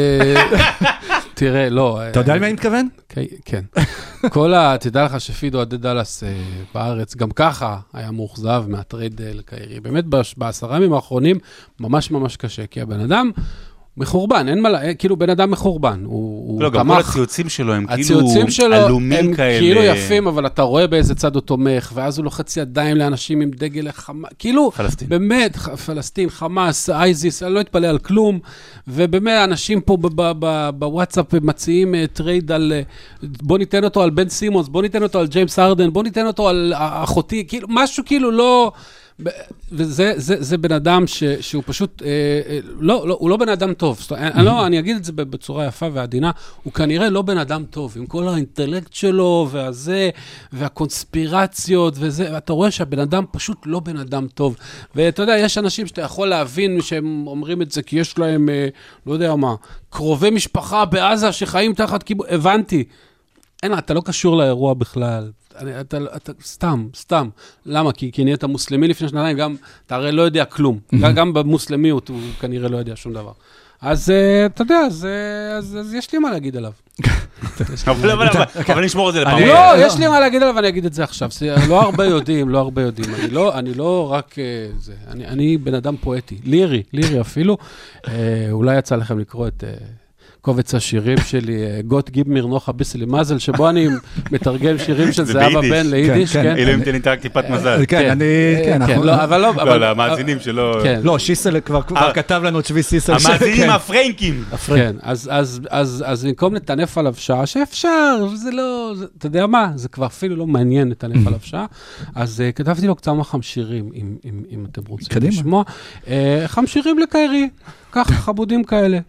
G: תראה, לא.
A: אתה יודע למי אני מתכוון?
G: כן. תדע לך שפיד אוהדי דלס בארץ, גם ככה היה מאוכזב מהטרייד לקיירי. באמת, ב10 ימים האחרונים, ממש ממש קשה, כי הבן אדם מחורבן, אין מה, כאילו בן אדם מחורבן,
B: לא, גם כל הציוצים שלו הם כאילו אלומים כאלה.
G: הם כאילו יפים, אבל אתה רואה באיזה צד הוא תומך, ואז הוא לוחץ ידיים לאנשים עם דגל חמאס, כאילו, באמת, פלסטין, חמאס, אייזיס, אני לא אתפלא על כלום, ובאמת, אנשים פה בוואטסאפ מציעים טרייד על, בוא ניתן אותו על בן סימונס, בוא ניתן אותו על ג'יימס ארדן, בוא ניתן אותו על אחותי, כאילו, משהו כאילו לא... וזה בן אדם שהוא פשוט, הוא לא בן אדם טוב. אני אגיד את זה בצורה יפה ועדינה, הוא כנראה לא בן אדם טוב, עם כל האינטלקט שלו, והקונספירציות, וזה, אתה רואה שהבן אדם פשוט לא בן אדם טוב. ואתה יודע, יש אנשים שאתה יכול להבין שהם אומרים את זה, כי יש להם, לא יודע מה, קרובי משפחה בעזה שחיים תחת כיבוש, הבנתי. אתה לא קשור לאירוע בכלל. אתה סתם. למה? כי נהיית מוסלמי לפני שנתיים, גם אתה הרי לא יודע כלום. גם במוסלמיות הוא כנראה לא יודע שום דבר. אז אתה יודע, אז יש לי מה להגיד עליו.
B: אבל נשמור את זה לפעם.
G: לא, יש לי מה להגיד עליו, ואני אגיד את זה עכשיו. לא הרבה יודעים. אני לא רק זה. אני בן אדם פואטי. לירי אפילו. אולי יצא לכם לקרוא את... קובץ השירים שלי, גוט גיב מרנוחה ביסלי מזל, שבו אני מתרגם שירים של זהבה בן ליידיש.
B: כן, אילו אם תניתק טיפת מזל.
A: כן,
B: לא, למאזינים שלא...
A: לא, שיסל כבר כתב לנו את שבי סיסל.
B: המאזינים הפרנקים.
G: כן, אז במקום לטנף עליו שעה, שאפשר, זה לא... אתה יודע מה? זה כבר אפילו לא מעניין לטנף עליו שעה. אז כתבתי לו כמה חמשירים, אם אתם רוצים לשמוע. חמשירים לקיירי, ככה, חבודים כאלה.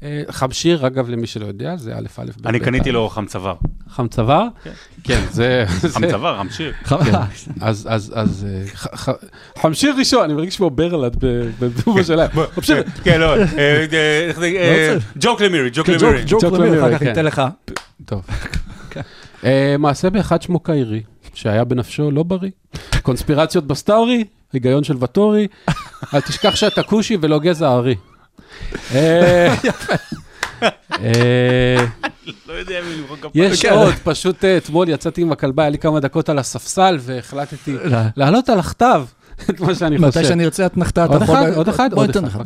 G: חמשיר, אגב, למי שלא יודע, זה א' א' ב'.
B: אני קניתי לו חם צוואר.
G: חם צוואר? כן, זה...
B: חם צוואר, חמשיר.
G: אז חמשיר ראשון, אני מרגיש כמו ברלד בדומה שלהם. חמשיר.
B: כן, לא. ג'וק למירי, ג'וק למירי.
A: ג'וק למירי, אחר כך ניתן לך.
G: טוב. מעשה באחד שמו קיירי, שהיה בנפשו לא בריא. קונספירציות בסטורי, היגיון של וטורי, אל תשכח שאתה כושי ולא גזע ארי.
B: לא יודע מי למחוא כפיים.
G: יש עוד, פשוט אתמול יצאתי עם הכלבה, היה לי כמה דקות על הספסל, והחלטתי לעלות על הכתב את מה שאני חושב.
A: מתי שאני ארצה את נחתה,
G: עוד אחד? עוד אחד?
A: בוא ניתן לך.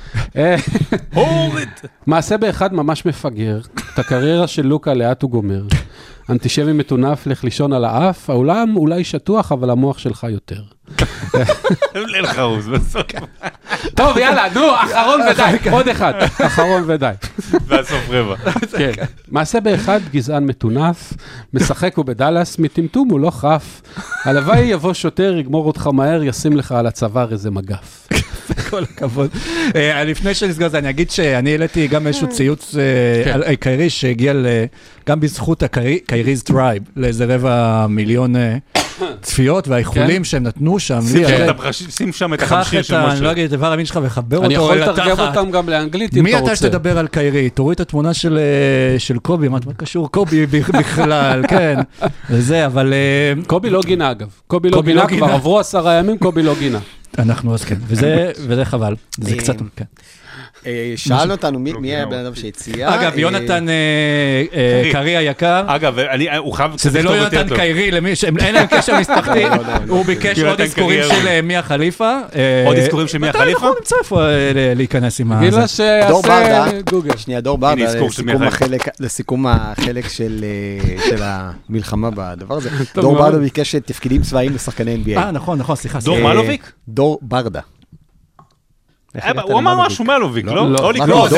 G: מעשה באחד ממש מפגר, את הקריירה של לוקה לאט הוא גומר. אנטישמי מטונף, לך לישון על האף, העולם אולי שטוח, אבל המוח שלך יותר.
B: ליל חרוז בסוף.
G: טוב, יאללה, נו, אחרון ודי, עוד אחד, אחרון ודי.
B: והסוף רבע.
G: כן, מעשה באחד, גזען מטונף, משחק ובדלס, מטמטום הוא לא חף. הלוואי יבוא שוטר, יגמור אותך מהר, ישים לך על הצוואר איזה מגף.
A: כל הכבוד. לפני שנסגר זה, אני אגיד שאני העליתי גם איזשהו ציוץ על קיירי, שהגיע גם בזכות הקייריז טרייב, לאיזה 250,000 צפיות, והאיחולים שהם נתנו שם.
B: שים שם את החמשיר של משה.
A: אני לא אגיד את דבר המין שלך וחבר אותו.
G: אני יכול לתרגם אותם גם לאנגלית אם אתה רוצה.
A: מי אתה שתדבר על קיירי? תוריד את התמונה של קובי, מה קשור קובי בכלל, כן. וזה, אבל...
G: קובי לא גינה אגב. קובי לא גינה, כבר עברו 10 ימים, קובי לא גינה.
A: אנחנו אז כן, וזה חבל. זה קצת, כן.
C: שאל אותנו מי היה בן אדם שהציע.
A: אגב, יונתן קרי היקר.
B: אגב, הוא חייב קצת
A: שזה לא יונתן קיירי, אין להם קשר משפחתי. הוא ביקש עוד אזכורים של מיה חליפה.
B: עוד אזכורים של מיה חליפה?
A: אנחנו נמצא איפה להיכנס עם
G: גילה שיעשה גוגל.
C: שנייה, דור ברדה, לסיכום החלק של המלחמה בדבר הזה. דור ברדה ביקש תפקידים צבאיים לשחקני NBA.
A: נכון, סליחה.
B: דור מלוביק?
C: דור ברדה.
B: הוא אמר משהו מלוביק, לא? אולי קרוס.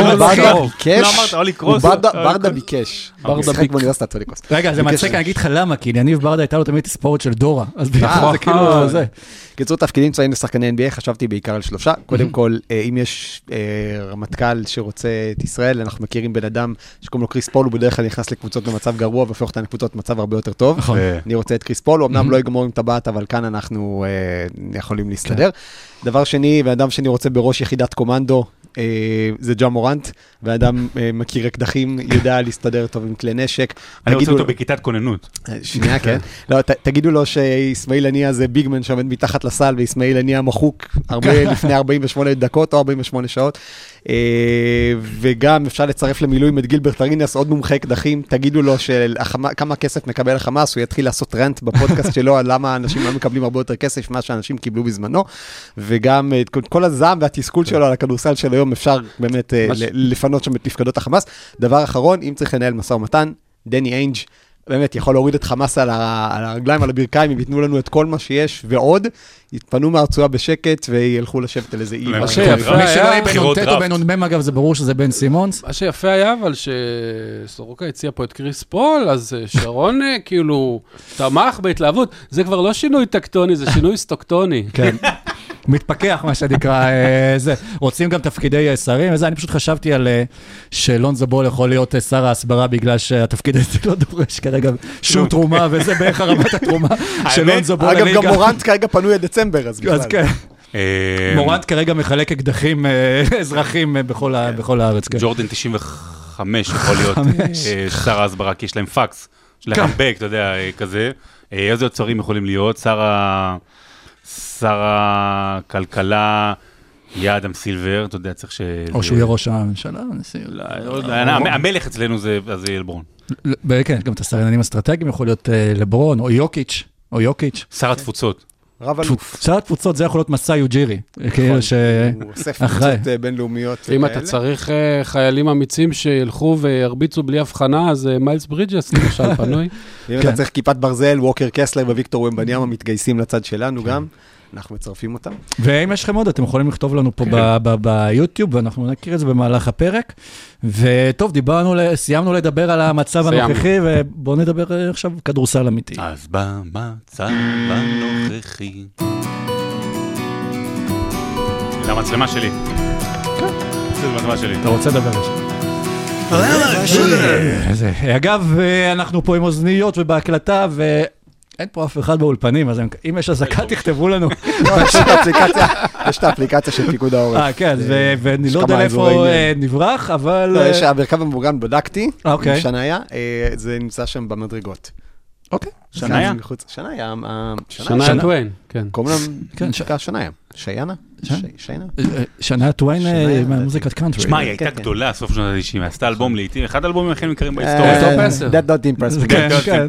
C: ברדה ביקש. הוא שיחק באוניברסיטת טוליקוס.
A: רגע, זה מצחיק, אני אגיד לך למה, כי יניב ברדה הייתה לו תמיד תספורת של דורה. אז זה כאילו זה.
C: קיצור תפקידים צבאיים לשחקני NBA, חשבתי בעיקר על 3. קודם כל, אם יש רמטכ"ל שרוצה את ישראל, אנחנו מכירים בן אדם שקוראים לו קריס פול, הוא בדרך כלל נכנס לקבוצות במצב גרוע, והופך אותן לקבוצות במצב הרבה יותר טוב. אני רוצה את קריס פול, הוא אמנם לא יגמור עם טבעת, אבל כאן אנחנו יכולים להסתדר. דבר שני, ואדם שאני רוצה בראש יחידת קומנדו, זה ג'ה מורנט, ואדם מכיר אקדחים, יודע להסתדר טוב עם כלי נשק.
B: אני רוצה אותו בכיתת כוננות.
C: שנייה, כן. לא, תגידו לו שאיסמאעיל הנייה זה ביגמן שעומד מתחת לסל, ואיסמאעיל הנייה מחוק הרבה לפני 48 דקות או 48 שעות. וגם אפשר לצרף למילואים את גילברט ארינס, עוד מומחה אקדחים, תגידו לו כמה כסף מקבל החמאס, הוא יתחיל לעשות רנט בפודקאסט שלו, על למה אנשים לא מקבלים הרבה יותר כסף, מה שאנשים קיבלו בזמנו, וגם כל הזעם והתסכול שלו על הכדורסל של היום, אפשר באמת לפנות שם את מפקדות החמאס. דבר אחרון, אם צריך לנהל משא ומתן, דני איינג' באמת יכול להוריד את חמאס על הרגליים, על הברכיים, אם ייתנו לנו את כל מה שיש ועוד, יתפנו מהרצועה בשקט וילכו לשבת על איזה אי.
A: מי שלא יהיה בן נ"ט או בן נ"מ, אגב, זה ברור שזה בן סימונס.
G: מה שיפה היה, אבל שסורוקה הציע פה את קריס פול, אז שרון כאילו תמך בהתלהבות. זה כבר לא שינוי טקטוני, זה שינוי סטוקטוני. כן.
A: מתפקח, מה שנקרא, זה. רוצים גם תפקידי שרים, וזה, אני פשוט חשבתי על שלונזו בול יכול להיות שר ההסברה, בגלל שהתפקיד הזה לא דורש כרגע שום תרומה, וזה בערך הרמת התרומה של לונזו בול.
C: אגב, גם מורנט כרגע פנוי עד דצמבר, אז בכלל.
A: כן. מורנט כרגע מחלק אקדחים אזרחים בכל הארץ.
B: ג'ורדן 95 יכול להיות שר ההסברה, כי יש להם פקס, יש להם בק, אתה יודע, כזה. איזה יוצרים יכולים להיות? שר הכלכלה, יהיה אדם סילבר, אתה יודע, צריך ש...
A: או שהוא יהיה ראש הממשלה,
B: המלך אצלנו זה אלברון.
A: כן, גם את השרים העניינים אסטרטגיים יכול להיות לברון, או יוקיץ'.
B: שר התפוצות.
A: שר התפוצות זה יכול להיות מסע יוג'ירי.
C: הוא אוסף תפוצות בינלאומיות.
G: אם אתה צריך חיילים אמיצים שילכו וירביצו בלי הבחנה, אז מיילס ברידג'ס, למשל, פנוי.
C: אם אתה צריך כיפת ברזל, ווקר קסלר וויקטור ומבניאמה מתגייסים לצד שלנו גם. אנחנו מצרפים אותם.
A: ואם יש לכם עוד, אתם יכולים לכתוב לנו פה ביוטיוב, ואנחנו נכיר את זה במהלך הפרק. וטוב, סיימנו לדבר על המצב הנוכחי, ובואו נדבר עכשיו כדורסל אמיתי.
B: אז במצב הנוכחי. למצלמה שלי.
A: אתה רוצה לדבר עכשיו. אגב, אנחנו פה עם אוזניות ובהקלטה, ואין פה אף אחד באולפנים, אז אם יש הזקה, תכתבו לנו.
C: יש את האפליקציה של פיקוד העורף.
A: כן, ואני לא יודע איפה נברח, אבל...
C: יש המרכב המבוגן, בדקתי,
A: אוקיי.
C: שנאיה, זה נמצא שם במדרגות.
A: אוקיי.
B: שנאיה?
C: שנאיה.
G: שנאיה טוויין, כן.
C: קוראים
A: כן,
C: להם שנאיה. שיינה? שיינה?
A: שנאיה טוויין מהמוזיקת קאנטרי.
B: שמע, היא הייתה גדולה סוף שנות ה-90, עשתה אלבום לעיתים, אחד האלבומים הכי יקרים
G: טופ
B: בהיסטוריה.
G: 10.
C: That don't impress me.
A: כן,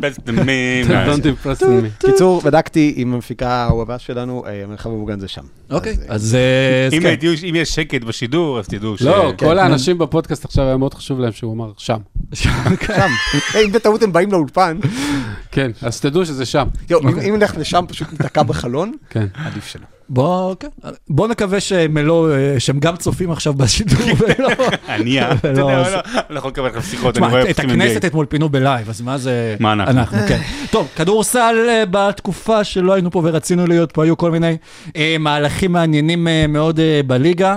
G: Don't impress me.
C: קיצור, בדקתי עם המפיקה האהובה שלנו, המרחב המוגן זה שם.
A: אוקיי, אז כן.
B: אם יש שקט בשידור, אז תדעו ש...
G: לא, כל האנשים בפודקאסט עכשיו היה מאוד חשוב להם שהוא אמר שם.
C: שם. אם בטעות הם באים לאולפן,
G: כן, אז תדעו שזה שם.
C: אם נלך לשם פשוט נתקע בחלון,
G: כן.
C: עדיף שלא.
A: בוא נקווה שהם גם צופים עכשיו בשידור.
B: ענייה. אתה יודע, לא יכול לקבל לך שיחות, אני רואה
A: את הכנסת אתמול פינו בלייב, אז מה זה...
B: מה אנחנו?
A: כן. טוב, כדורסל בתקופה שלא היינו פה ורצינו להיות פה, היו כל מיני מהלכים מעניינים מאוד בליגה,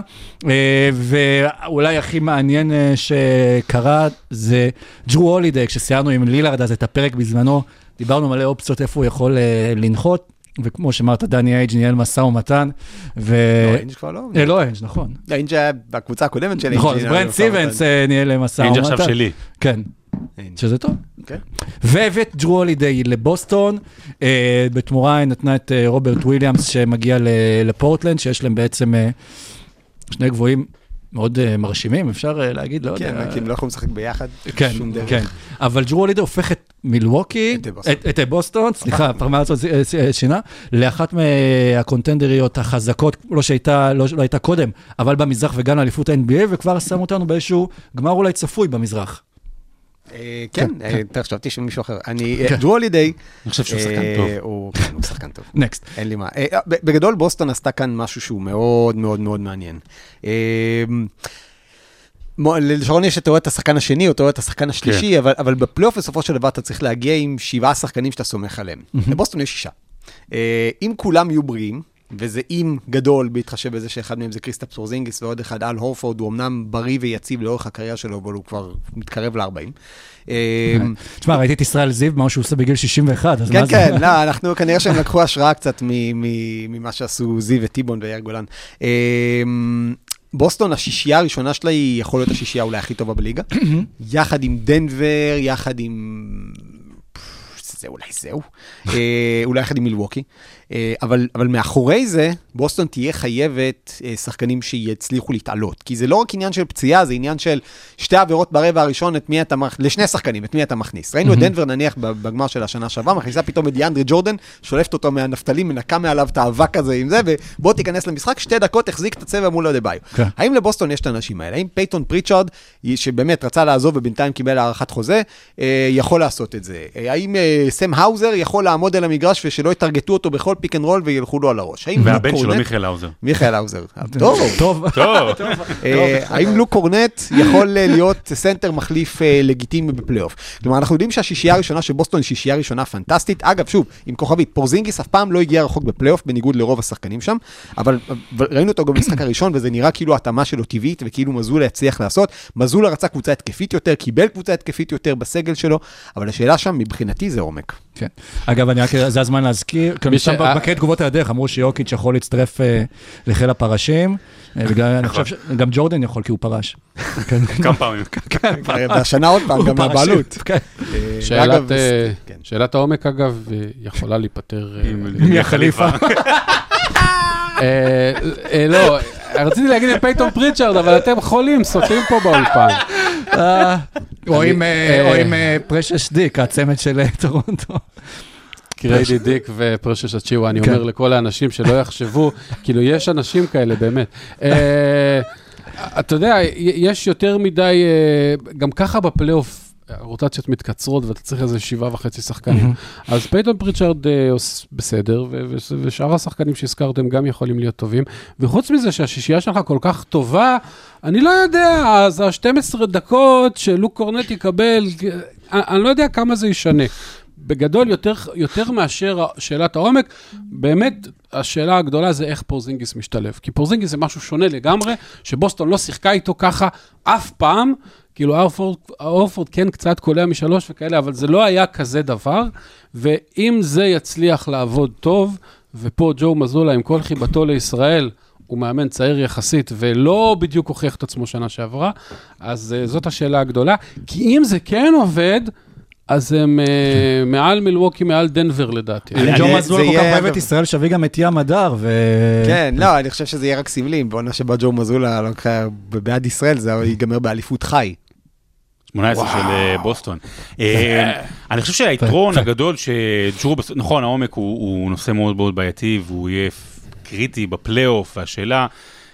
A: ואולי הכי מעניין שקרה זה ג'רו הולידיי, כשסיימנו עם לילארד, אז את הפרק בזמנו, דיברנו מלא אופציות איפה הוא יכול לנחות, וכמו שאמרת, דני אייג' ניהל מסע ומתן,
C: לא, אינג' כבר לא.
A: לא אייג', נכון.
C: אינג' היה בקבוצה הקודמת של אינג'.
A: נכון, אז ברנד סיבנס ניהל מסע ומתן.
B: אינג' עכשיו שלי.
A: כן, שזה טוב.
C: כן.
A: והבאת ג'רו הולידיי לבוסטון, בתמורה נתנה את רוברט וויליאמס שמגיע לפורטלנד, שיש להם בעצם שני גבוהים מאוד מרשימים, אפשר להגיד, לא יודע.
C: כן, כי הם לא יכולים לשחק ביחד,
A: כן,
C: שום דרך.
A: כן. אבל ג'רו הולידיי הופך את מילווקי, את בוסטון, סליחה, פרמה הזאת שינה, לאחת מהקונטנדריות החזקות, לא הייתה קודם, אבל במזרח וגם לאליפות ה-NBA, וכבר שם אותנו באיזשהו גמר אולי צפוי במזרח.
C: כן, חשבתי שמישהו אחר. ג'רו הולידיי,
B: אני חושב שהוא שחקן טוב.
C: הוא שחקן טוב.
A: נקסט.
C: אין לי מה. בגדול, בוסטון עשתה כאן משהו שהוא מאוד מאוד מאוד מעניין. לשרון יש את תיאוריית השחקן השני, או תיאוריית השחקן השלישי, אבל בפלייאוף בסופו של דבר אתה צריך להגיע עם 7 שחקנים שאתה סומך עליהם. לבוסטון יש 6. אם כולם יהיו בריאים, וזה אם גדול בהתחשב בזה שאחד מהם זה קריסטאפ פורזינגיס, ועוד אחד אל הורפורד, הוא אמנם בריא ויציב לאורך הקריירה שלו, אבל הוא כבר מתקרב ל-40.
A: תשמע, ראיתי את ישראל זיו, מה שהוא עושה בגיל 61, אז מה זה?
C: כן, לא, אנחנו כנראה שהם לקחו השראה קצת ממה שעשו זיו וטיבון ויאיר גולן. בוסטון, השישייה הראשונה שלה היא יכול להיות השישייה אולי הכי טובה בליגה, יחד עם דנבר, יחד עם... אולי יחד עם מילווקי, אבל מאחורי זה, בוסטון תהיה חייבת שחקנים שיצליחו להתעלות, כי זה לא רק עניין של פציעה, זה עניין של 2 עבירות ברבע הראשון, לשני שחקנים, את מי אתה מכניס. ראינו את דנבר נניח בגמר של השנה שעברה, מכניסה פתאום את דיאנדרי ג'ורדן, שולפת אותו מהנפתלים, מנקה מעליו את האבק הזה עם זה, ובוא תיכנס למשחק, 2 דקות, החזיק את הצבע מול אדבאיו. האם לבוסטון יש את האנשים האלה? האם פייטון פריצ'ארד, שבאמת רצה לעזוב ובינתיים קיבל הארכת חוזה, יכול לעשות את זה? האם סם האוזר יכול לעמוד על המגרש ושלא יתרגטו אותו בכל פיק אנד רול וילכו לו על הראש?
B: והבן שלו מיכאל האוזר.
C: מיכאל האוזר. טוב.
B: טוב.
C: האם לוק קורנט יכול להיות סנטר מחליף לגיטימי בפלייאוף? כלומר, אנחנו יודעים שהשישייה הראשונה של בוסטון היא שישייה ראשונה פנטסטית. אגב, שוב, עם כוכבית, פורזינגיס אף פעם לא הגיע רחוק בפלייאוף, בניגוד לרוב השחקנים שם, אבל ראינו אותו גם במשחק הראשון, וזה נראה כאילו התאמה שלו טבעית, וכאילו מזולה יצליח לעשות. מזולה רצה קבוצה התקפית יותר, קיבל קבוצה התקפית יותר בסגל שלו, אבל השאלה שם, מבחינתי, זה עומק.
A: כן. אגב, זה הזמן להזכיר, בקראת תגובות הידך, אמרו שיוקיץ' יכול להצטרף לחיל הפרשים, אני חושב שגם ג'ורדן יכול, כי הוא פרש.
B: כמה פעמים.
C: והשנה עוד פעם, גם מהבעלות.
G: שאלת העומק, אגב, יכולה להיפטר...
A: מי החליפה?
G: לא, רציתי להגיד את פייטון פריצ'ארד, אבל אתם חולים, סוטים פה באולפן.
A: או עם פרשש דיק, הצמד של טורונטו.
G: קריידי דיק ופרשש אצ'יווה, אני אומר לכל האנשים שלא יחשבו, כאילו יש אנשים כאלה, באמת. אתה יודע, יש יותר מדי, גם ככה בפלייאוף, הרוטציות מתקצרות, ואתה צריך איזה 7.5 שחקנים. אז פייטון פריצ'ארד בסדר, ושאר השחקנים שהזכרתם גם יכולים להיות טובים, וחוץ מזה שהשישייה שלך כל כך טובה, אני לא יודע, אז ה-12 דקות שלוק קורנט יקבל, אני לא יודע כמה זה ישנה. בגדול, יותר מאשר שאלת העומק, באמת השאלה הגדולה זה איך פורזינגיס משתלב. כי פורזינגיס זה משהו שונה לגמרי, שבוסטון לא שיחקה איתו ככה אף פעם, כאילו אורפורד כן קצת קולע משלוש וכאלה, אבל זה לא היה כזה דבר, ואם זה יצליח לעבוד טוב, ופה ג'ו מזולה עם כל חיבתו לישראל, הוא מאמן צעיר יחסית, ולא בדיוק הוכיח את עצמו שנה שעברה, אז זאת השאלה הגדולה, כי אם זה כן עובד, אז הם מעל מילווקי, מעל דנבר לדעתי.
A: ג'ו מזולה כל כך אוהב את ישראל, שווה גם את ים הדר.
C: כן, לא, אני חושב שזה יהיה רק סמלים, בעונה שבה ג'ו מזולה בעד ישראל, זה ייגמר באליפות חי.
B: 18 של בוסטון. אני חושב שהיתרון הגדול שג'ו, נכון, העומק הוא נושא מאוד מאוד בעייתי, והוא יהיה קריטי בפלייאוף, והשאלה,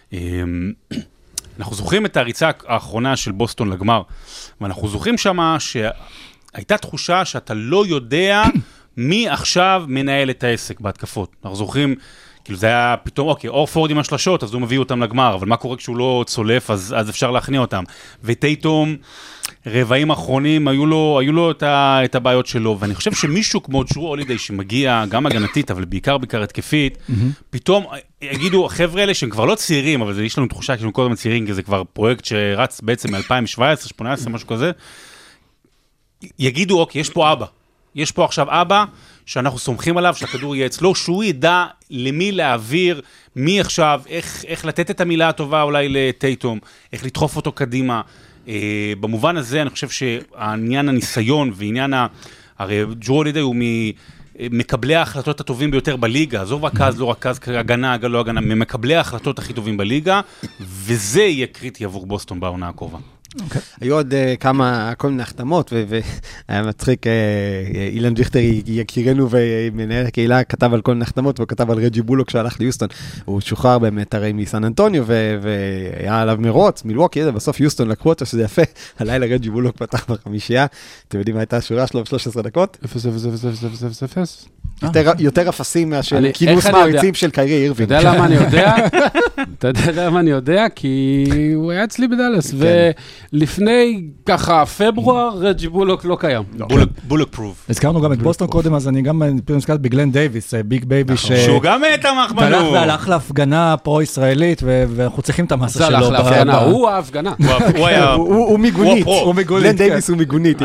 B: אנחנו זוכרים את הריצה האחרונה של בוסטון לגמר, ואנחנו זוכרים שמה שהייתה תחושה שאתה לא יודע מי עכשיו מנהל את העסק בהתקפות. אנחנו זוכרים, כאילו זה היה פתאום, אוקיי, אורפורד עם השלשות, אז הוא מביא אותם לגמר, אבל מה קורה כשהוא לא צולף, אז אפשר להכניע אותם. וטייטום, רבעים האחרונים, היו לו את הבעיות שלו, ואני חושב שמישהו כמו ג'רו הולידיי, שמגיע גם הגנתית, אבל בעיקר התקפית, פתאום יגידו, החבר'ה האלה שהם כבר לא צעירים, אבל יש לנו תחושה כאילו קודם צעירים, כי זה כבר פרויקט שרץ בעצם מ-2017, 2018, משהו כזה, יגידו, אוקיי, יש פה אבא. יש פה עכשיו אבא, שאנחנו סומכים עליו, שהכדור יהיה אצלו, שהוא ידע למי להעביר, מי עכשיו, איך לתת את המילה הטובה אולי לטייטום, איך לדחוף אותו קדימה. במובן הזה אני חושב שהעניין הניסיון ועניין, הרי ג'רו הולידיי הוא ממקבלי ההחלטות הטובים ביותר בליגה, עזוב רכז, לא רכז, הגנה, לא הגנה, ממקבלי ההחלטות הכי טובים בליגה, וזה יהיה קריטי עבור בוסטון בעונה הקרובה.
C: היו עוד כל מיני החתמות, והיה מצחיק, אילן דיכטר יכירנו ומנהל הקהילה כתב על כל מיני החתמות, והוא כתב על רג'י בולוק שהלך ליוסטון, הוא שוחרר באמת הרי מסן אנטוניו, והיה עליו מרוץ, מילווקי, בסוף יוסטון לקחו אותו, שזה יפה, הלילה רג'י בולוק פתח בחמישייה, אתם יודעים מה הייתה השורה שלו ב-13 דקות?
G: 0-0-0-0-0-0.
C: יותר אפסים מהשל כינוס מעריצים של קיירי אירווין.
G: אתה יודע למה אני יודע? אתה יודע למה אני יודע? כי הוא היה אצלי בדלס, ולפני ככה פברואר, רג'י בולוק לא קיים.
B: בולוק פרוב.
A: הזכרנו גם את בוסטון קודם, אז אני גם נזכרת בגלן דייביס, ביג בייבי,
B: שהוא גם תמך בנו.
A: והלך להפגנה פרו-ישראלית, ואנחנו צריכים את המסה שלו.
G: זה הלך להפגנה, הוא ההפגנה.
C: הוא מיגונית. גלן דייביס הוא מיגונית.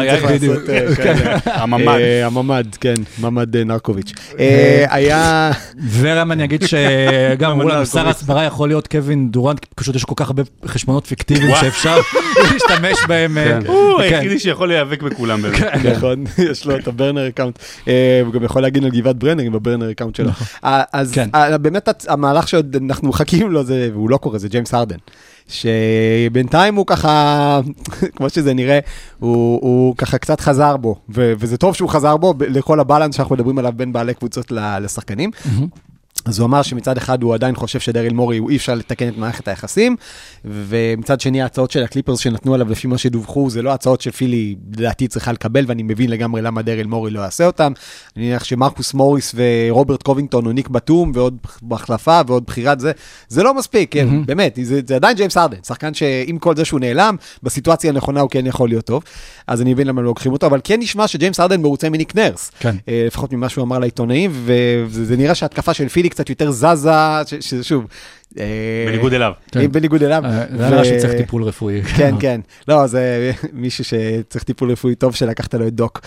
C: הממד, כן, ממד נרקוביץ'. היה...
A: ורם אני אגיד שגם אמרו לנו, שר הסברה יכול להיות קווין דורנט, פשוט יש כל כך הרבה חשבונות פיקטיביים שאפשר להשתמש בהם.
B: הוא היחידי שיכול להיאבק בכולם באמת.
C: נכון, יש לו את הברנר אקאונט. הוא גם יכול להגיד על גבעת ברנר עם הברנר אקאונט שלו. אז באמת המהלך שאנחנו מחכים לו, והוא לא קורה, זה ג'יימס הרדן. שבינתיים הוא ככה, כמו שזה נראה, הוא ככה קצת חזר בו, וזה טוב שהוא חזר בו לכל הבלנס שאנחנו מדברים עליו בין בעלי קבוצות לשחקנים. אז הוא אמר שמצד אחד הוא עדיין חושב שדריל מורי הוא אי אפשר לתקן את מערכת היחסים, ומצד שני ההצעות של הקליפרס שנתנו עליו לפי מה שדווחו, זה לא הצעות שפילי לדעתי צריכה לקבל, ואני מבין לגמרי למה דריל מורי לא יעשה אותם. אני מניח שמרקוס מוריס ורוברט קובינגטון או ניק בטום, ועוד בהחלפה ועוד בחירת זה לא מספיק, כן, באמת, זה עדיין ג'יימס הרדן, שחקן שעם כל זה שהוא נעלם, בסיטואציה הנכונה הוא כן יכול להיות טוב, אז אני מבין למה לא לוקחים אותו, אבל כן נשמע שג'יימס הרדן מרוצה מניק נרס, לפחות ממה שהוא אמר לעיתונאים, וזה נראה שההתקפה של פילי קצת יותר זזה, ששוב,
B: בניגוד אליו.
C: בניגוד אליו.
A: זה נראה שצריך טיפול רפואי.
C: כן, כן. לא, זה מישהו שצריך טיפול רפואי טוב שלקחת לו את דוק.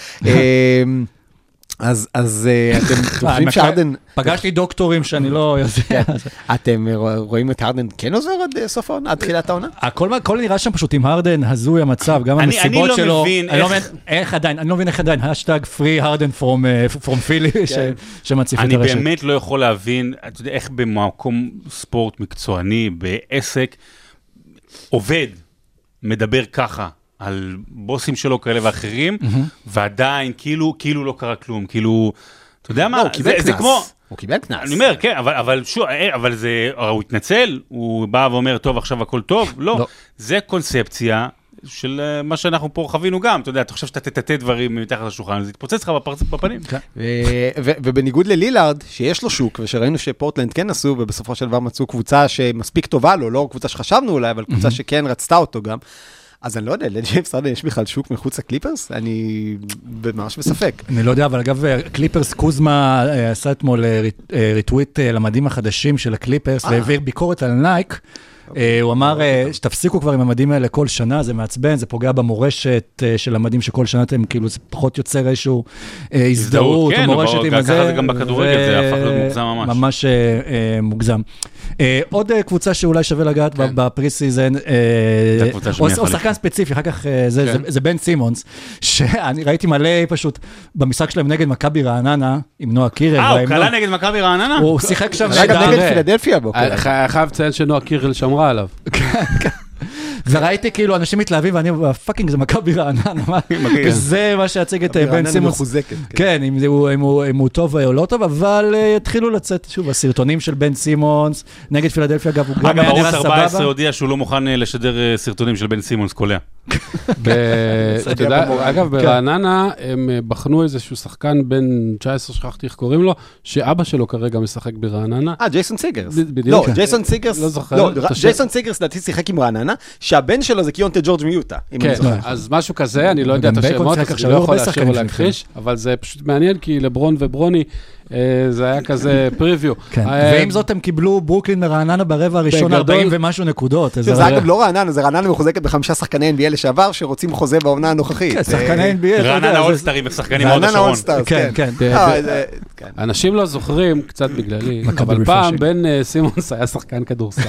C: אז אתם חושבים שהרדן...
A: פגשתי דוקטורים שאני לא...
C: אתם רואים את הרדן כן עוזר עד סוף העונה, עד תחילת העונה?
A: הכל נראה שם פשוט עם הרדן, הזוי המצב, גם המסיבות שלו.
B: אני לא מבין
A: איך עדיין, אני לא מבין איך עדיין, השטג free הרדן from Philly, שמציף את הרשת.
B: אני באמת לא יכול להבין, אתה יודע, איך במקום ספורט מקצועני, בעסק, עובד, מדבר ככה. על בוסים שלו כאלה ואחרים, ועדיין כאילו לא קרה כלום, כאילו, אתה יודע מה, זה כמו...
C: הוא קיבל קנס.
B: אני אומר, כן, אבל זה, הוא התנצל, הוא בא ואומר, טוב, עכשיו הכל טוב, לא, זה קונספציה של מה שאנחנו פה חווינו גם, אתה יודע, אתה חושב שאתה תטטה דברים מתחת לשולחן, זה יתפוצץ לך בפנים.
C: ובניגוד ללילארד, שיש לו שוק, ושראינו שפורטלנד כן עשו, ובסופו של דבר מצאו קבוצה שמספיק טובה לו, לא קבוצה שחשבנו אולי, אבל קבוצה שכן רצתה אותו גם, אז אני לא יודע, לג'יימס הרדן יש בכלל שוק מחוץ לקליפרס? אני ממש בספק.
A: אני לא יודע, אבל אגב, קליפרס קוזמה עשה אתמול ריטוויט למדים החדשים של הקליפרס, והעביר ביקורת על נייק, הוא אמר שתפסיקו כבר עם המדים האלה כל שנה, זה מעצבן, זה פוגע במורשת של המדים שכל שנה אתם כאילו, זה פחות יוצר איזשהו הזדהות,
B: כן,
A: המורשת עם הזה.
B: ככה זה גם בכדורגל, זה הפך להיות מוגזם ממש.
A: ממש מוגזם. עוד קבוצה שאולי שווה לגעת בפרי-סיזן, או שחקן ספציפי, אחר כך זה בן סימונס, שאני ראיתי מלא פשוט במשחק שלהם נגד מכבי רעננה, עם נועה קירל.
B: הוא קלה נגד מכבי רעננה?
A: הוא שיחק שם
C: נגד פילדלפיה בו.
G: חייב לציין שנועה קירל שמרה עליו.
A: וראיתי כאילו אנשים מתלהבים, ואני, פאקינג, זה מכבי רעננה, זה מה שיציג את בן סימונס. כן, אם הוא טוב או לא טוב, אבל התחילו לצאת, שוב, הסרטונים של בן סימונס, נגד פילדלפיה, אגב, הוא גם היה נראה סבבה.
B: ערוץ 14 הודיע שהוא לא מוכן לשדר סרטונים של בן סימונס קולע.
G: אגב, ברעננה הם בחנו איזשהו שחקן בן 19, שכחתי איך קוראים לו, שאבא שלו כרגע משחק ברעננה.
C: ג'ייסון סיגרס.
G: בדיוק.
C: לא, ג'ייסון סיגרס, ג'ייסון סיגרס לדעתי שיחק עם רעננה, שהבן שלו זה קיונטה ג'ורג' מיוטה.
G: כן, אז משהו כזה, אני לא יודע את השמות, אני לא יכול להשאיר או להכחיש, אבל זה פשוט מעניין, כי לברון וברוני, זה היה כזה פריוויו.
A: ועם זאת הם קיבלו ברוקלין מרעננה ברבע הראשון 40 ומשהו נקודות.
C: זה אגב לא רעננה, זה רעננה מחוזקת ב5 שחקני NBA לשעבר, שרוצים חוזה בעונה הנוכחית.
A: כן, שחקני NBA.
B: רעננה אולסטרים ושחקנים מאוד השרון.
A: כן, כן.
G: אנשים לא זוכרים, קצת בגללי, אבל פעם בן סימונס היה שחקן כדורסל.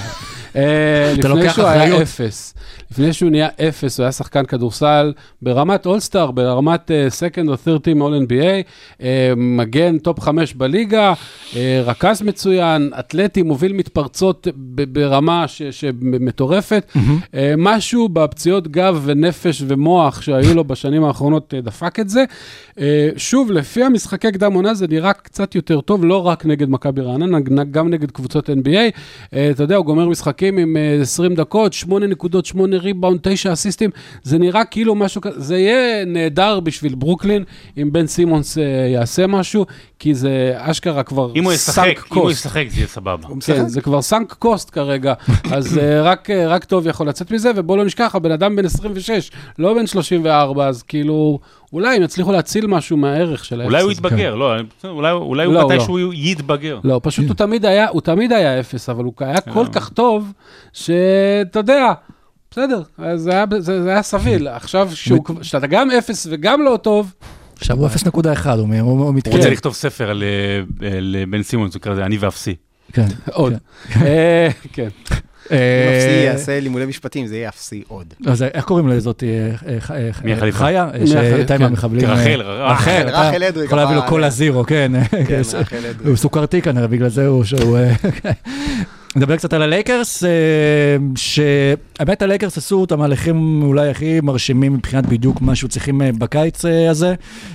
G: לפני שהוא היה 0. לפני שהוא נהיה 0, הוא היה שחקן כדורסל ברמת אולסטאר, ברמת second או 30 All NBA, מגן טופ 5 בליגה, רכז מצוין, אתלטי, מוביל מתפרצות ברמה שמטורפת, משהו בפציעות גב ונפש ומוח שהיו לו בשנים האחרונות דפק את זה. שוב, לפי המשחקי קדם עונה זה נראה קצת יותר טוב, לא רק נגד מכבי רעננה, גם נגד קבוצות NBA. אתה יודע, הוא גומר משחקים עם 20 דקות, 8 נקודות, 8 ריבאונד, 9 אסיסטים, זה נראה כאילו משהו כזה, זה יהיה נהדר בשביל ברוקלין, אם בן סימונס יעשה משהו, כי זה אשכרה כבר סנק קוסט.
B: אם הוא ישחק, זה יהיה סבבה.
G: כן, זה כבר סנק קוסט כרגע, אז רק טוב יכול לצאת מזה, ובוא לא נשכח, הבן אדם בן 26, לא בן 34, אז כאילו, אולי הם יצליחו להציל משהו מהערך של האפס.
B: אולי הוא יתבגר, אולי הוא מתי שהוא יתבגר.
G: לא, פשוט הוא תמיד היה אפס, אבל הוא היה כל כך טוב, שאתה יודע, בסדר, זה היה סביל. עכשיו, שאתה גם אפס וגם לא טוב,
A: עכשיו הוא 0.1, הוא מתקרב.
B: הוא רוצה לכתוב ספר על בן סימונס, הוא קרא זה אני ואפסי.
A: כן.
G: עוד. כן.
C: אם אפסי יעשה לימודי משפטים, זה יהיה אפסי עוד.
A: אז איך קוראים לזאת?
B: מי החליפה?
A: חיה? שהייתה עם המחבלים.
B: רחל.
C: רחל אדרי.
A: יכול להביא לו כל הזירו, כן. הוא סוכרתי כנראה, בגלל זה הוא... נדבר קצת על הלייקרס, שהאמת הלייקרס עשו את המהלכים אולי הכי מרשימים מבחינת בדיוק מה שהוא צריכים בקיץ הזה,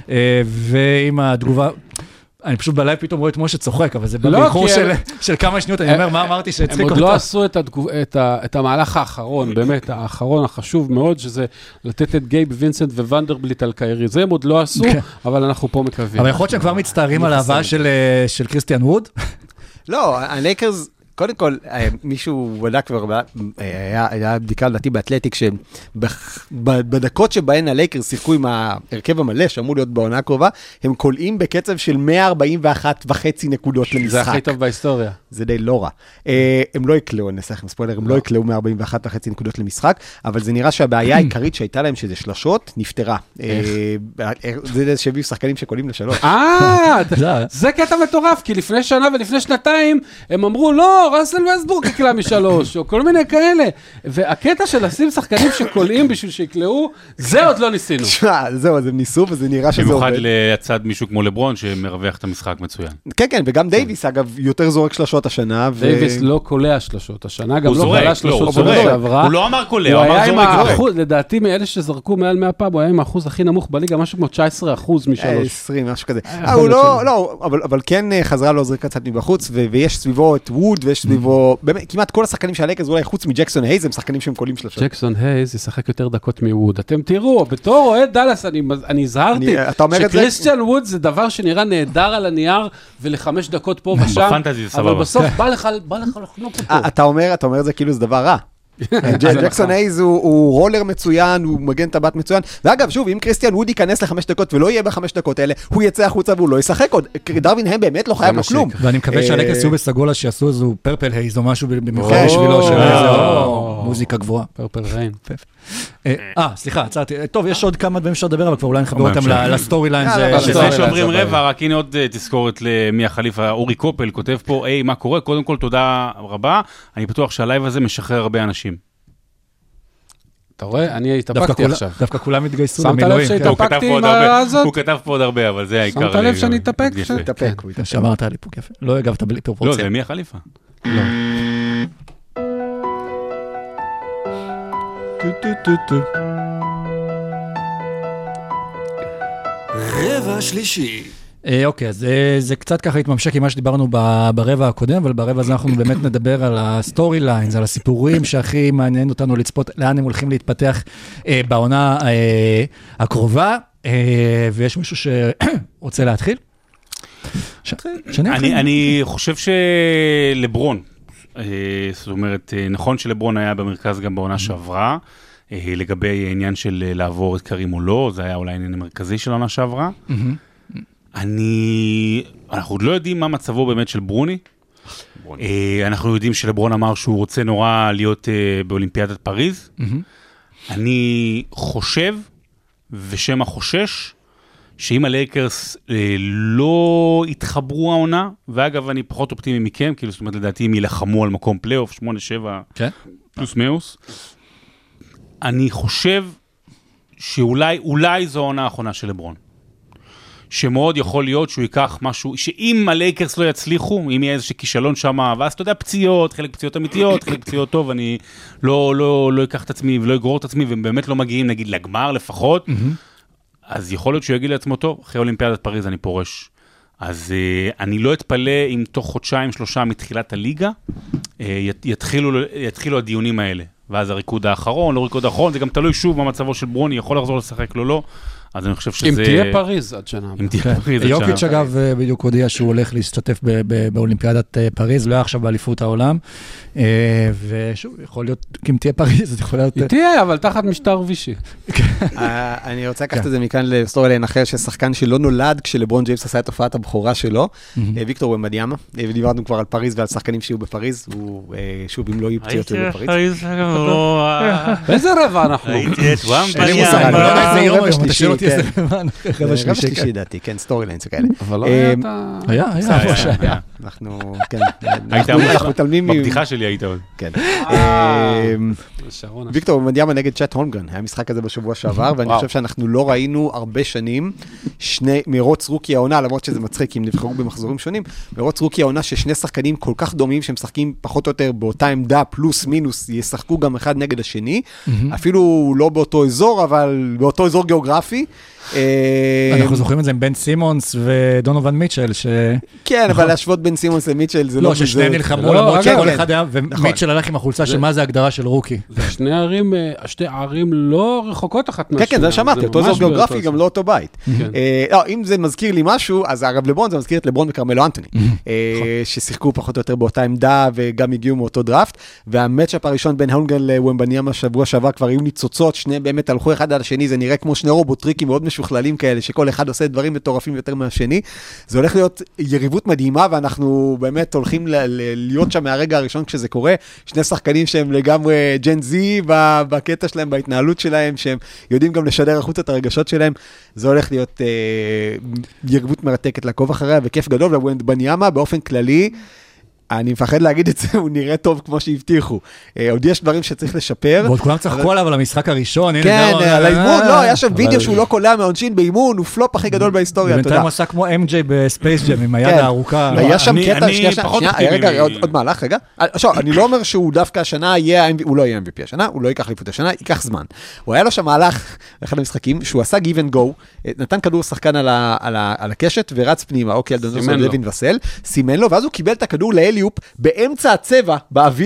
A: ועם התגובה... אני פשוט בלייב פתאום רואה את משה צוחק, אבל זה באיחור של כמה שניות, אני אומר, מה אמרתי שצחיק אותך?
G: הם עוד לא עשו את המהלך האחרון, באמת, האחרון החשוב מאוד, שזה לתת את גייב וינסנט וונדרבליט על קיירי, זה הם עוד לא עשו, אבל אנחנו פה מקווים.
A: אבל יכול להיות שהם כבר מצטערים על ההבאה של קריסטיאן ווד?
C: לא, הלייקרס... קודם כל, מישהו בדק כבר, היה בדיקה לדעתי באתלטיק, שבדקות שבהן הלייקרס שיחקו עם ההרכב המלא, שאמור להיות בעונה הקרובה, הם קולעים בקצב של 141.5 נקודות למשחק.
G: זה הכי טוב בהיסטוריה.
C: זה די לא רע. הם לא יקלעו, אני אעשה לכם ספוילר, הם לא יקלעו 141.5 נקודות למשחק, אבל זה נראה שהבעיה העיקרית שהייתה להם, שזה שלשות, נפטרה. זה שהביאו שחקנים שקולים לשלוש.
G: זה קטע מטורף, כי לפני שנה ולפני שנתיים, הם אמרו, לא, ראסל וסטברוק יקלע משלוש, או כל מיני כאלה. והקטע של לשים שחקנים שקולעים בשביל שיקלעו, זה עוד לא ניסינו.
C: זהו, אז הם ניסו, וזה נראה שזה עובד.
B: במיוחד לצד מישהו כמו לברון, שמרווח את המשחק מצוין.
C: כן, כן, וגם דייביס, אגב, יותר זורק שלשות השנה.
G: דייביס לא קולע שלשות השנה, גם לא קולע שלשות
B: שעברה. הוא לא אמר קולע, הוא אמר זורק.
G: לדעתי, מאלה שזרקו מעל 100 פעם, הוא היה עם האחוז הכי נמוך בליגה, משהו כמו 19% משלוש.
C: 20, משהו כזה. הוא לא, אבל כן חזרה לו זריקה קצת מבחוץ, ויש סביבו את ווד, ויש סביבו, כמעט כל השחקנים של הלייקרס, אולי חוץ מג'קסון הייז, הם שחקנים שהם קולים שלשות.
G: ג'קסון הייז ישחק יותר דקות מווד. אתם תראו, בתור אוהד דאלאס, אני הזהרתי, שקריסטיאן ווד זה דבר שנראה נהדר על הנייר, ול5 דקות פה ושם, אבל בסוף בא לך לחנוק אותו.
C: אתה אומר את זה כאילו זה דבר רע. ג'קסון הייז הוא רולר מצוין, הוא מגן טבעת מצוין, ואגב, שוב, אם קריסטיאן ווד ייכנס ל5 דקות ולא יהיה ב5 דקות האלה, הוא יצא החוצה והוא לא ישחק עוד, דרווין הם באמת לא חייב לו כלום.
A: ואני מקווה שהלקרס יהיו בסגולה שיעשו איזו פרפל הייז או משהו במיוחד בשבילו, של איזה מוזיקה גבוהה.
G: פרפל ריין.
A: סליחה, עצרתי. טוב, יש עוד כמה דברים שאפשר לדבר, אבל כבר אולי נחבר אותם לסטורי ליין.
B: שזה שאומרים רבע, רק הנה עוד תזכורת למי החליפה, אורי קופל כותב פה, מה קורה? קודם כל, תודה רבה. אני בטוח שהלייב הזה משחרר הרבה אנשים.
G: אתה רואה? אני התאפקתי עכשיו.
A: דווקא כולם התגייסו
G: שמת לב שהתאפקתי עם הזאת?
B: הוא כתב פה עוד הרבה, אבל זה העיקר.
G: שמת לב שאני אתאפק?
C: התאפק.
A: שאמרת לי פה יפה. לא הגבת בלי פרופורציה.
B: לא, זה מי החליפה?
G: לא.
F: רבע שלישי.
A: אוקיי, אז זה קצת ככה התממשק עם מה שדיברנו ברבע הקודם, אבל ברבע הזה אנחנו באמת נדבר על הסטורי ליינס, על הסיפורים שהכי מעניין אותנו לצפות, לאן הם הולכים להתפתח בעונה הקרובה, ויש מישהו שרוצה להתחיל?
B: אני חושב שלברון, זאת אומרת, נכון שלברון היה במרכז גם בעונה שעברה, לגבי עניין של לעבור את קרים או לא, זה היה אולי העניין המרכזי של העונה שעברה. אנחנו עוד לא יודעים מה מצבו באמת של ברוני. אנחנו יודעים שלברון אמר שהוא רוצה נורא להיות באולימפיאדת פריז. אני חושב, ושם החושש, שאם הלייקרס לא יתחברו העונה, ואגב אני פחות אופטימי מכם, כאילו זאת אומרת לדעתי הם ילחמו על מקום פלייאוף, 8-7 פלוס מאוס, אני חושב שאולי זו העונה האחרונה של לברון. שמאוד יכול להיות שהוא ייקח משהו, שאם הלייקרס לא יצליחו, אם יהיה איזשהו כישלון שם, ואז אתה יודע, פציעות, חלק פציעות אמיתיות, חלק פציעות טוב, אני לא אקח את עצמי ולא אגרור את עצמי, והם באמת לא מגיעים, נגיד, לגמר לפחות, אז יכול להיות שהוא יגיד לעצמו טוב, אחרי אולימפיאדת פריז אני פורש. אז אני לא אתפלא אם תוך 2-3 מתחילת הליגה, יתחילו הדיונים האלה. ואז הריקוד האחרון, לא ריקוד האחרון, זה גם תלוי שוב במצבו של ברוני, יכול לחזור לשחק לו לא. אז אני חושב שזה...
G: אם תהיה פריז עד שנה.
B: אם תהיה פריז עד שנה.
A: יוקיץ' אגב בדיוק הודיע שהוא הולך להשתתף באולימפיאדת פריז, לא היה עכשיו באליפות העולם, ושוב, יכול להיות, אם תהיה פריז, זה יכול להיות...
G: היא תהיה, אבל תחת משטר וישי.
C: אני רוצה לקחת את זה מכאן לסטורי ליין אחר, ששחקן שלא נולד כשלברון ג'יימס עשה את הופעת הבכורה שלו, ויקטור ומדיאמה, ודיברנו כבר על פריז ועל שחקנים שיהיו בפריז, שוב, אם לא יהיו פציעות יהיו בפריז.
G: באיזה רבע אנחנו?
B: הייתי את
A: וואם
C: רבע שלישי דעתי, כן, סטורי ליינס כאלה.
G: אבל לא היה את ה...
A: היה.
C: אנחנו, כן,
B: אנחנו מתעלמים בבדיחה שלי היית עוד.
C: כן. ויקטור ומדיאמה נגד צ'אט הולמגרן, היה משחק כזה בשבוע שעבר, ואני חושב שאנחנו לא ראינו הרבה שנים, מרוץ רוקי העונה, למרות שזה מצחיק אם נבחרו במחזורים שונים, מרוץ רוקי העונה ששני שחקנים כל כך דומים, שהם משחקים פחות או יותר באותה עמדה, פלוס מינוס, ישחקו גם אחד נגד השני, אפילו לא באותו אזור, אבל באותו אזור גיאוגרפי.
A: אנחנו זוכרים את זה עם בן סימונס ודונוvan מיטשל,
C: כן, אבל להשוות בן סימונס למיטשל זה לא...
A: לא, ששניהם נלחמו, למרות שכל אחד היה, ומיטשל הלך עם החולצה של מה זה הגדרה של רוקי.
G: שתי ערים לא רחוקות אחת מהשני.
C: כן, זה שמעתי, אותו אזור גיאוגרפי, גם לא אותו בית. אם זה מזכיר לי משהו, אז הרב לברון, זה מזכיר את לברון וקרמלו אנטוני, ששיחקו פחות או יותר באותה עמדה, וגם הגיעו מאותו דראפט, והמאצ'אפ הראשון בין הולמגרן לוומבניאמה שבוע שעבר כבר היו ניצוצות, שניהם באמת הלכו אחד על השני, זה נראה כמו שני רובוטריקים מאוד משוכללים כאלה, שכל אחד עושה דברים מטורפים יותר מהשני. זה הולך להיות יריבות מדהימה, ואנחנו באמת הולכים להיות שם מהרגע הראשון כשזה קורה. שני שחקנים שהם לגמרי ג'ן זי בקטע שלהם, בהתנהלות שלהם, שהם יודעים גם לשדר החוצה את הרגשות שלהם. זה הולך להיות יריבות מרתקת לעקוב אחריה, וכיף גדול, ובניאמה באופן כללי, אני מפחד להגיד את זה, הוא נראה טוב כמו שהבטיחו. עוד יש דברים שצריך לשפר.
A: ועוד כולם צחקו עליו על המשחק הראשון.
C: כן, על האימון, לא, היה שם וידאו שהוא לא קולע מהעונשין באימון, הוא פלופ הכי גדול בהיסטוריה, תודה.
A: בינתיים הוא עשה כמו MJ בספייס ג'ם, עם היד הארוכה.
C: היה שם קטע, רגע, עוד מהלך, רגע. עכשיו, אני לא אומר שהוא דווקא השנה, הוא לא יהיה MVP השנה, הוא לא ייקח ליפות השנה, ייקח זמן. הוא היה לו שם מהלך, אחד המשחקים, שהוא עשה give and go, נתן כדור שחקן על הקשת ורץ פנימה, אוקיי, סימן לו, ואז הוא קיבל את הכדור לאליופ באמצע הצבע, באוויר,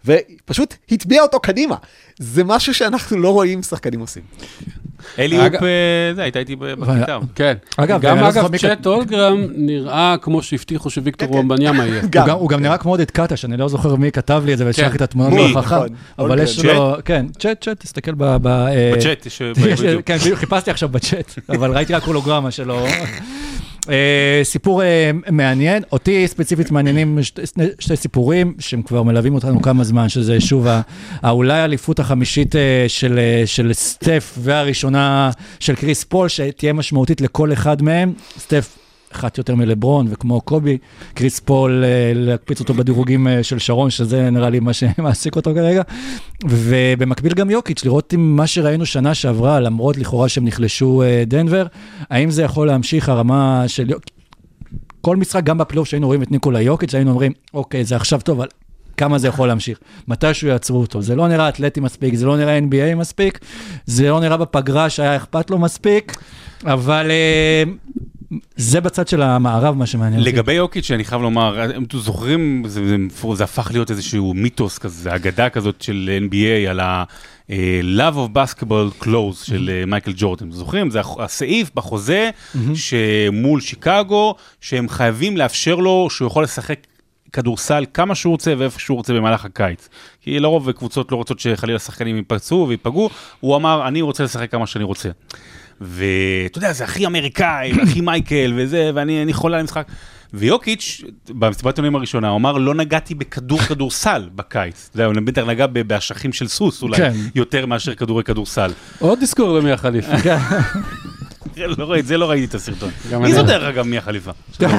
C: ופשוט הטביע אותו קדימה. זה משהו שאנחנו לא רואים שחקנים עושים.
B: אליופ, זה, הייתה איתי בכיתה.
G: כן. גם אגב, צ'ט אולגרם נראה כמו שהבטיחו שוויקטור וומבניאמה יהיה.
A: הוא גם נראה כמו עודד קטש, אני לא זוכר מי כתב לי את זה ושלח את התמונה להוכחה. אבל יש לו, כן, צ'ט, תסתכל
B: בצ'ט,
A: כן, חיפשתי עכשיו בצ'ט, אבל ראיתי רק הולוגרמה שלו. סיפור מעניין, אותי ספציפית מעניינים שתי סיפורים שהם כבר מלווים אותנו כמה זמן, שזה שוב אולי האליפות החמישית של סטף והראשונה של קריס פול, שתהיה משמעותית לכל אחד מהם. סטף אחת יותר מלברון, וכמו קובי, קריס פול להקפיץ אותו בדירוגים של שרון, שזה נראה לי מה שמעסיק אותו כרגע, ובמקביל גם יוקיץ', לראות עם מה שראינו שנה שעברה, למרות לכאורה שהם נחלשו דנבר, האם זה יכול להמשיך הרמה של יוקיץ', כל משחק, גם בפלייאוף שהיינו רואים את ניקולה יוקיץ', היינו אומרים, אוקיי, זה עכשיו טוב, אבל כמה זה יכול להמשיך? מתישהו יעצרו אותו. זה לא נראה אתלטי מספיק, זה לא נראה NBA מספיק, זה לא נראה בפגרה שהיה אכפת לו מספיק, אבל זה בצד של המערב מה שמעניין.
B: לגבי יוקיץ' אני חייב לומר, אתם זוכרים, זה הפך להיות איזשהו מיתוס כזה, אגדה כזאת של NBA על ה-Love of Basketball Close של מייקל ג'ורדן. זוכרים? זה הסעיף בחוזה שמול שיקגו, שהם חייבים לאפשר לו שהוא יכול לשחק כדורסל כמה שהוא רוצה ואיפה שהוא רוצה במהלך הקיץ. כי לרוב קבוצות לא רוצות שחלילה שחקנים ייפצעו ויפגעו, הוא אמר, אני רוצה לשחק כמה שאני רוצה. ואתה יודע, זה הכי אמריקאי, הכי מייקל וזה, ואני חולה למשחק. ויוקיץ' במסיבת העיתונאים הראשונה, הוא אמר, לא נגעתי כדורסל בקיץ. אתה יודע, הוא בטח נגע באשכים של סוס, אולי יותר מאשר כדורסל.
G: עוד תזכור למי החליפה.
B: זה לא ראיתי את הסרטון. מי זו דרך אגב מי החליפה?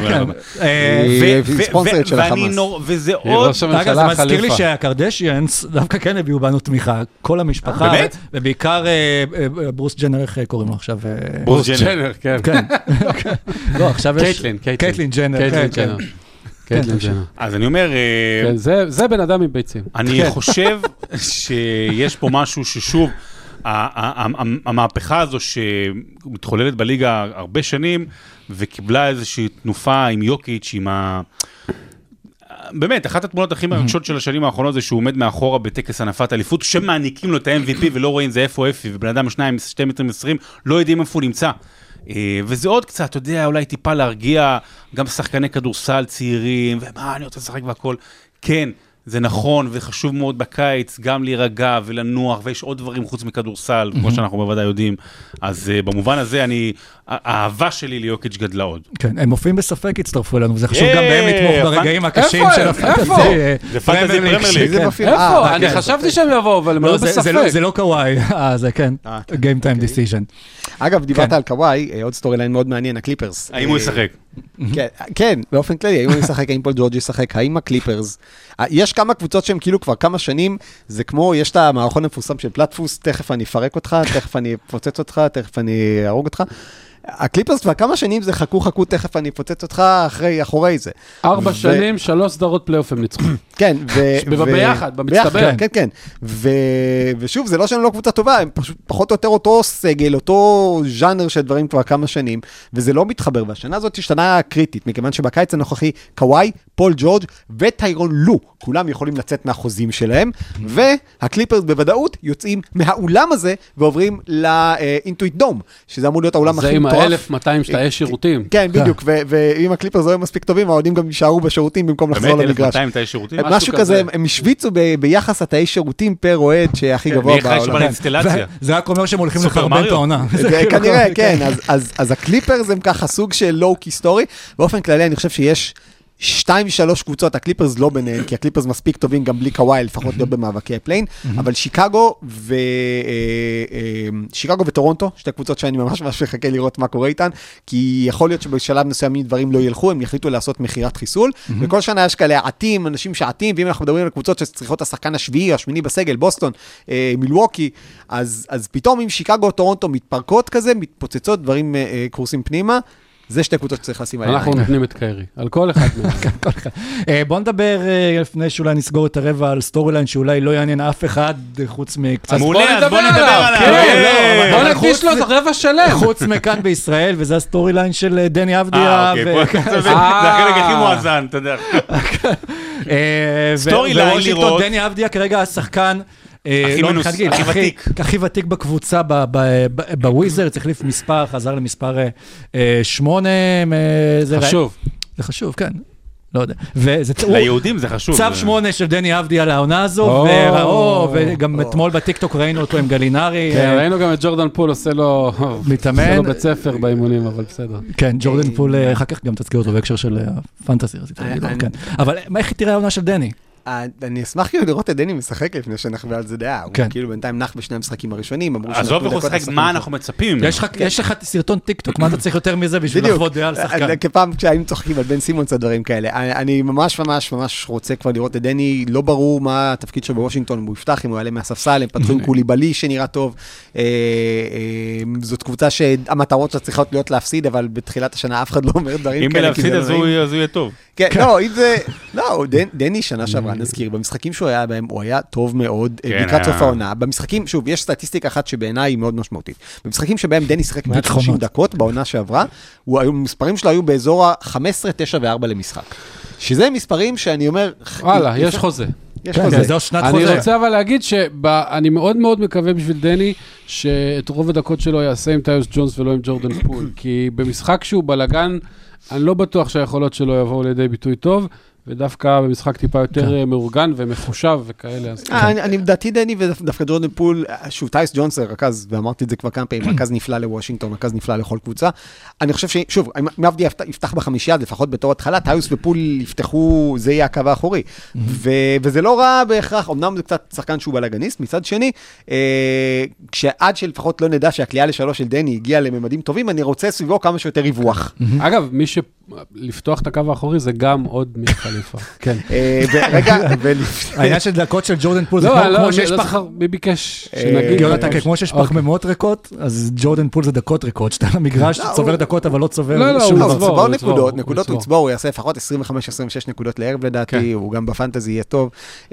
C: ספונסרית של החמאס.
B: וזה עוד...
A: אגב, זה מזכיר לי שהקרדשיאנס דווקא כן הביאו בנו תמיכה, כל המשפחה, ובעיקר ברוס ג'נר, איך קוראים לו עכשיו?
B: ברוס ג'נר,
G: כן.
A: לא, עכשיו יש... קייטלין ג'נר.
B: אז אני אומר...
G: זה בן אדם עם ביצים.
B: אני חושב שיש פה משהו ששוב... המהפכה הזו שמתחוללת בליגה הרבה שנים, וקיבלה איזושהי תנופה עם יוקיץ', עם באמת, אחת התמונות הכי מרגשות של השנים האחרונות זה שהוא עומד מאחורה בטקס הנפת אליפות, שמעניקים לו את ה-MVP ולא רואים זה איפה אפי, ובן אדם 2 מטרים 20 לא יודעים איפה הוא נמצא. וזה עוד קצת, אתה יודע, אולי טיפה להרגיע גם שחקני כדורסל צעירים, ומה, אני רוצה לשחק והכל. כן, זה נכון וחשוב מאוד בקיץ, גם להירגע ולנוח, ויש עוד דברים חוץ מכדורסל, כמו שאנחנו בוודאי יודעים. אז במובן הזה, האהבה שלי ליוקיץ' גדלה עוד.
A: כן, הם מופיעים בספק, הצטרפו אלינו, וזה חשוב גם בהם לתמוך ברגעים הקשים של הפנטזי.
B: זה פנטזי פרמייר ליג.
G: איפה? אני חשבתי שהם יבואו, אבל הם היו בספק.
A: זה לא קוואי, זה כן, Game Time Decision.
C: אגב, דיברת על קוואי, עוד סטורי ליין מאוד מעניין, הקליפרס.
B: האם הוא ישחק?
C: כן, באופן כללי, האם הוא ישחק, האם פול ג'ורג' ישחק, האם הקליפרס. יש כמה קבוצות שהם כאילו כבר כמה שנים, זה כמו, יש את המערכון המפורסם של פלטפוס, תכף אני אפרק אותך, תכף אני אפוצץ אותך, תכף אני ארוג אותך. הקליפרס כבר כמה שנים זה חכו, תכף אני אפוצץ אותך אחורי זה.
G: 4 שנים, 3 סדרות פלייאוף הם ניצחו.
C: כן,
G: ביחד, במצטבר.
C: כן. ושוב, זה לא שהם לא קבוצה טובה, הם פחות או יותר אותו סגל, אותו ז'אנר של דברים כבר כמה שנים, וזה לא מתחבר. והשנה הזאת השתנה קריטית, מכיוון שבקיץ הנוכחי, קוואי, פול ג'ורג' וטיירון לו, כולם יכולים לצאת מהחוזים שלהם, והקליפרס בוודאות יוצאים מהאולם הזה, ועוברים לאינטואיט דום, שזה אמור להיות האולם הכי מטורף.
G: זה עם 1200 שתאי שירותים.
C: כן, בדיוק, ואם הקליפרס לא יהיו מספיק טובים, האוהדים גם יישארו בשירותים במקום לחזור למגרש.
B: באמת, 1200 תאי שירותים?
C: משהו כזה, הם השוויצו ביחס התאי שירותים פר אוהד שהכי גבוה בעולם.
A: זה רק אומר שהם הולכים לחרבן את העונה.
C: כנראה, כן, אז הקליפרס הם ככה סוג של לואו-קי סטורי, באופן כללי אני חושב שיש 2-3 קבוצות, הקליפרס לא ביניהם, כי הקליפרס מספיק טובים גם בלי קוואי, לפחות להיות במאבקי הפליין, אבל שיקגו וטורונטו, שתי קבוצות שאני ממש מחכה לראות מה קורה איתן, כי יכול להיות שבשלב מסוימים דברים לא ילכו, הם יחליטו לעשות מחירת חיסול, וכל שנה יש כאלה עתים, אנשים שעתים, ואם אנחנו מדברים על קבוצות שצריכות השחקן השביעי, השמיני בסגל, בוסטון, מילווקי, אז פתאום אם שיקגו או טורונטו מתפרקות כזה, מתפוצצות, דברים קורסים פנימה, זה שתי קבוצות שצריך לשים עליהן.
G: אנחנו נותנים את קיירי, על כל אחד מהם.
A: בוא נדבר לפני שאולי נסגור את הרבע על סטורי ליין שאולי לא יעניין אף אחד חוץ מקצת...
B: מעולה, אז בוא נדבר עליו.
G: בוא נקדיש לו את רבע שלם.
A: חוץ מכאן בישראל, וזה הסטורי ליין של דני אבדיה.
B: זה החלק הכי מואזן, אתה יודע. סטורי ליין לראות.
A: דני אבדיה כרגע השחקן הכי ותיק בקבוצה בוויזרדס, החליף מספר, חזר למספר 8.
G: חשוב.
A: זה חשוב, כן. לא יודע.
B: ליהודים זה חשוב.
A: צו 8 של דני אבדיה לעונה הזו, וגם אתמול בטיקטוק ראינו אותו עם גלינרי.
G: כן, ראינו גם את ג'ורדן פול עושה לו בית ספר באימונים, אבל בסדר.
A: כן, ג'ורדן פול, אחר כך גם תזכיר אותו בהקשר של הפנטסי. אבל איך תראה העונה של דני?
C: אני אשמח כאילו לראות את דני משחק לפני שנחווה על זה דעה. הוא כאילו בינתיים נח בשני המשחקים הראשונים.
B: עזוב איך הוא שחק, מה אנחנו מצפים?
A: יש לך סרטון טיקטוק, מה אתה צריך יותר מזה בשביל לחוות דעה על שחקן?
C: כפעם כשהיינו צוחקים על בן סימונס, הדברים כאלה. אני ממש ממש ממש רוצה כבר לראות את דני, לא ברור מה התפקיד שלו בוושינגטון, הוא יפתח, אם הוא יעלה מהספסל, הם פתחו עם קוליבאלי שנראה טוב. זאת קבוצה שהמטרות שלה צריכות להיות להפסיד, אבל בתחילת השנה אף אחד לא אומר דברים
B: אם בלהפסיד אז הוא יהיה טוב.
C: כן, לא, אם זה... לא, דני שנה שעברה, נזכיר, במשחקים שהוא היה בהם, הוא היה טוב מאוד, לקראת סוף העונה. במשחקים, שוב, יש סטטיסטיקה אחת שבעיניי היא מאוד משמעותית. במשחקים שבהם דני שיחק מעט 50 דקות בעונה שעברה, המספרים שלו היו באזור ה-15, 9 ו-4 למשחק. שזה מספרים שאני אומר...
G: וואלה, יש חוזה.
A: אני
G: רוצה אבל להגיד שאני מאוד מאוד מקווה בשביל דני שאת רוב הדקות שלו יעשה עם טיוס ג'ונס ולא עם ג'ורדן פול, כי במשחק שהוא בלגן, אני לא בטוח שהיכולות שלו יבואו לידי ביטוי טוב, ודווקא במשחק טיפה יותר מאורגן ומחושב וכאלה.
C: אני דעתי דני ודווקא ג'ורדן פול, שוב, טייס ג'ונס רכז, ואמרתי את זה כבר כמה פעמים, רכז נפלא לוושינגטון, רכז נפלא לכל קבוצה. אני חושב ששוב, אם אבדיה יפתח בחמישייה, לפחות בתור התחלה, טייס ופול יפתחו, זה יהיה הקו האחורי. וזה לא רע בהכרח, אמנם זה קצת שחקן שהוא בלגניסט, מצד שני, כשעד שלפחות לא נדע שהקליעה לשלוש של דני הגיעה לממדים טובים, אני רוצה סביבו כמה שיותר ריווח.
G: אגב, מי לפתוח את הקו האחורי זה גם עוד מחליפה. כן.
C: רגע,
A: העניין של דקות של ג'ורדן פול, זה כמו שיש פח...
G: מי ביקש שנגיד...
A: כמו שיש פחמימות ריקות, אז ג'ורדן פול זה דקות ריקות, שאתה למגרש צובר דקות, אבל לא צובר שום דבר.
C: צבור נקודות הוא צבור, הוא יעשה לפחות 25-26 נקודות לערב לדעתי, הוא גם בפנטזי יהיה טוב,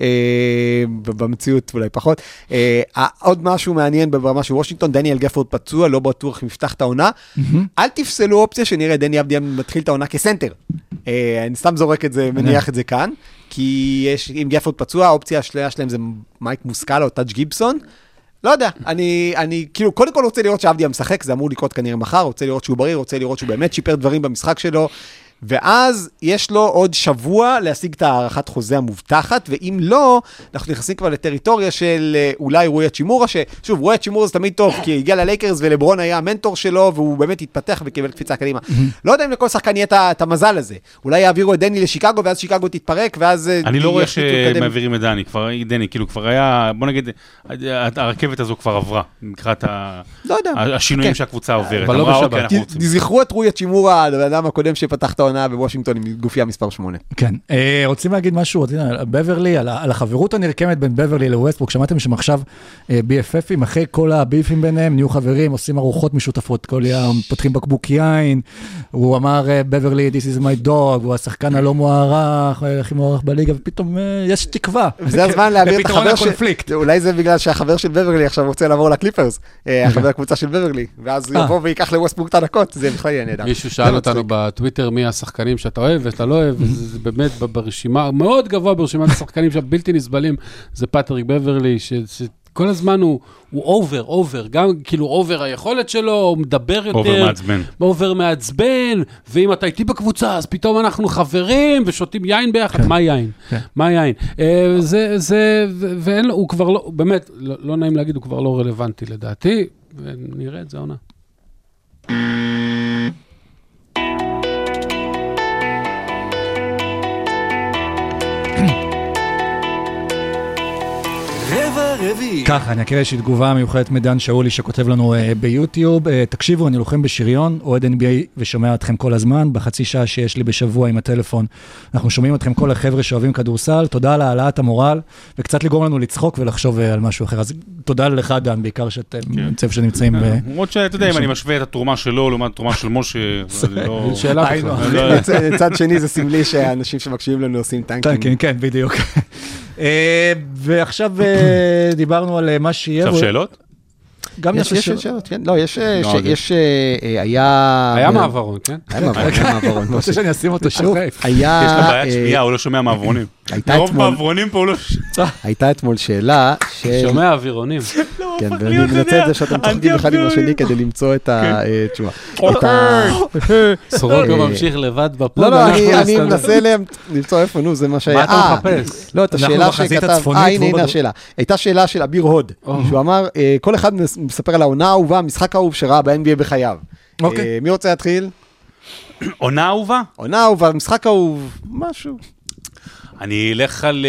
C: במציאות אולי פחות. עוד משהו מעניין ברמה של וושינגטון, דניאל גפורד פצוע, לא בטוח אם יפתח את העונה. אל תפסלו אופציה שנראה דני אבדיה מתחיל את העונה כסנטר. אני סתם זורק את זה, מניח את זה כאן, כי אם גפורד פצוע, האופציה השליה שלהם זה מייק מוסקאלה או טאג' גיבסון. לא יודע, אני כאילו קודם כל רוצה לראות שאבדיה משחק, זה אמור לקרות כנראה מחר, רוצה לראות שהוא בריא, רוצה לראות שהוא באמת שיפר דברים במשחק שלו, ואז יש לו עוד שבוע להשיג את הערכת חוזה המובטחת, ואם לא, אנחנו נכנסים כבר לטריטוריה של אולי רועי צ'ימורה, ששוב, רועי צ'ימורה זה תמיד טוב, כי הגיע ללייקרס ולברון היה המנטור שלו, והוא באמת התפתח וקיבל קפיצה קדימה. לא יודע אם לכל שחקן יהיה את המזל הזה. אולי יעבירו את דני לשיקגו, ואז שיקגו תתפרק, ואז...
B: אני לא רואה שמעבירים את דני, כאילו כבר היה, בוא נגיד, הרכבת הזו כבר עברה, מבחינת השינויים שהקבוצה עוברת. זכרו את רועי צ'ימורה, האדם הקודם שפתח את העונה בוושינגטון עם גופיה מספר 8.
A: כן. רוצים להגיד משהו, על בברלי, על החברות הנרקמת בין בברלי לווסטברוק, שמעתם שהם עכשיו BFFים, אחרי כל הביפים ביניהם, נהיו חברים, עושים ארוחות משותפות, כל יום פותחים בקבוק יין, הוא אמר, בברלי, this is my dog, הוא השחקן הלא מוערך, הכי מוערך בליגה, ופתאום יש תקווה.
C: וזה הזמן להעביר את החבר אולי זה בגלל שהחבר של בברלי עכשיו רוצה לעבור לקליפרס, החבר הקבוצה של בברלי, ואז הוא יבוא ויקח לווסטברוק את הדקות, זה בכלל יהיה נהדר.
G: מישהו שאל אותנו בטוויטר מי השחקנים שאתה אוהב ואתה לא אוהב, זה באמת ברשימה, מאוד גבוה ברשימת השחקנים שהבלתי נסבלים, זה פטריק בברלי, שכל הזמן הוא אובר, גם כאילו אובר היכולת שלו, הוא מדבר יותר, אובר מעצבן, ואם אתה איתי בקבוצה, אז פתאום אנחנו חברים ושותים יין ביחד, מה יין? מה יין? הוא כבר לא, באמת, לא נעים להגיד, הוא כבר לא רלוונטי לדעתי, ונראה את זה עונה.
F: רבע רביעי. שלישי.
A: ככה, אני אקריא איזושהי תגובה מיוחדת מדן שאולי שכותב לנו ביוטיוב. תקשיבו, אני לוחם בשריון, אוהד NBA ושומע אתכם כל הזמן, בחצי שעה שיש לי בשבוע עם הטלפון. אנחנו שומעים אתכם כל החבר'ה שאוהבים כדורסל, תודה על העלאת המורל, וקצת לגרום לנו לצחוק ולחשוב על משהו אחר. אז תודה לך, דן, בעיקר שאתם שנמצאים
B: למרות שאתה יודע, אם אני משווה את התרומה שלו לעומת התרומה של משה, זה לא...
G: שאלה בכלל.
C: צד שני זה סמלי שהאנשים שמקשיבים לנו עושים טנקים.
A: כן, בדיוק. ועכשיו דיברנו על מה שיהיה.
B: עכשיו שאלות?
A: גם
C: יש שאלות, כן. לא, היה
G: מעברון, כן?
C: היה מעברון.
A: אני רוצה שאני אשים אותו שוב.
B: יש לה בעיית שמיעה, הוא לא שומע מעברונים. רוב מעברונים פה הוא לא...
C: הייתה אתמול שאלה
G: שומע אווירונים.
C: כן, ואני מנצל את זה שאתם צוחקים אחד עם השני כדי למצוא את התשובה.
G: סורוקה ממשיך לבד בפוד.
C: לא, אני מנסה למצוא איפה, נו, זה מה שהיה.
G: מה אתה מחפש?
C: לא, את השאלה שכתב, הנה השאלה. הייתה שאלה של אביר הוד, שהוא אמר, כל אחד מספר על העונה האהובה, המשחק האהוב שראה ב-NBA בחייו. מי רוצה להתחיל?
B: עונה אהובה?
C: עונה אהובה, משחק אהוב, משהו.
B: אני אלך על...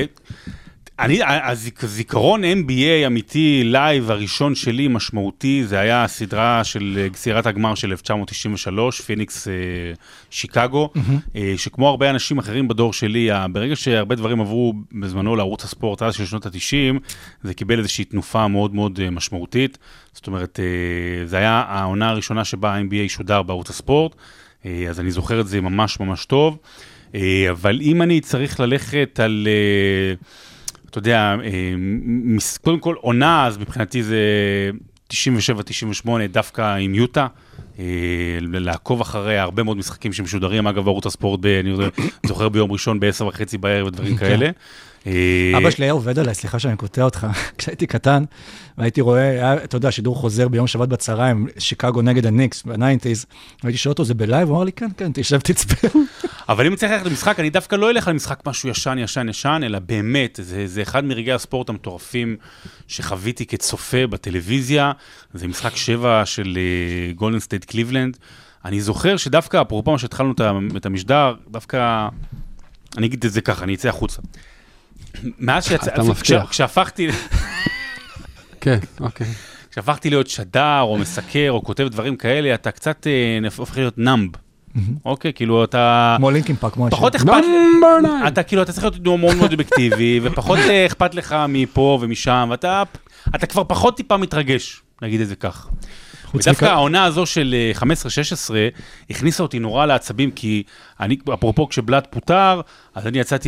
B: הזיכרון NBA אמיתי, לייב, הראשון שלי משמעותי, זה היה הסדרה של גסירת הגמר של 1993, פיניקס שיקגו, שכמו הרבה אנשים אחרים בדור שלי, ברגע שהרבה דברים עברו בזמנו לערוץ הספורט, אז של שנות ה-90, זה קיבל איזושהי תנופה מאוד מאוד משמעותית, זאת אומרת, זה היה העונה הראשונה שבה ה-NBA שודר בערוץ הספורט, אז אני זוכר את זה ממש ממש טוב, אבל אם אני צריך ללכת על... אתה יודע, קודם כל עונה, אז מבחינתי זה 97-98, דווקא עם יוטה, לעקוב אחרי הרבה מאוד משחקים שמשודרים, אגב, בערוץ הספורט, אני זוכר ביום ראשון ב-10:30 בערב ודברים כאלה.
A: אבא שלי היה עובד עליי, סליחה שאני קוטע אותך, כשהייתי קטן, והייתי רואה, אתה יודע, שידור חוזר ביום שבת בצהריים, שיקגו נגד הניקס, ב-90s, והייתי שואל אותו, זה בלייב? הוא אמר לי, כן, תשב תצפה.
B: אבל אם צריך ללכת למשחק, אני דווקא לא אלך על משחק משהו ישן, אלא באמת, זה אחד מרגעי הספורט המטורפים שחוויתי כצופה בטלוויזיה, זה משחק 7 של גולדן סטייט קליבלנד. אני זוכר שדווקא, אפרופו מה שהתחלנו את המשדר, דווקא, אני אגיד את זה ככה, אני אצא החוצה. מאז כשהפכתי...
G: כן, אוקיי.
B: כשהפכתי להיות שדר או מסקר או כותב דברים כאלה, אתה קצת הופך להיות נאמב. אוקיי, כאילו אתה...
A: כמו לינקין פארק, כמו
B: פחות אכפת... אתה כאילו, אתה צריך להיות מאוד מאוד אובייקטיבי, ופחות אכפת לך מפה ומשם, ואתה כבר פחות טיפה מתרגש, נגיד את זה כך. ודווקא העונה הזו של 15-16 הכניסה אותי נורא לעצבים, כי אני, אפרופו כשבלאט פוטר, אז אני יצאתי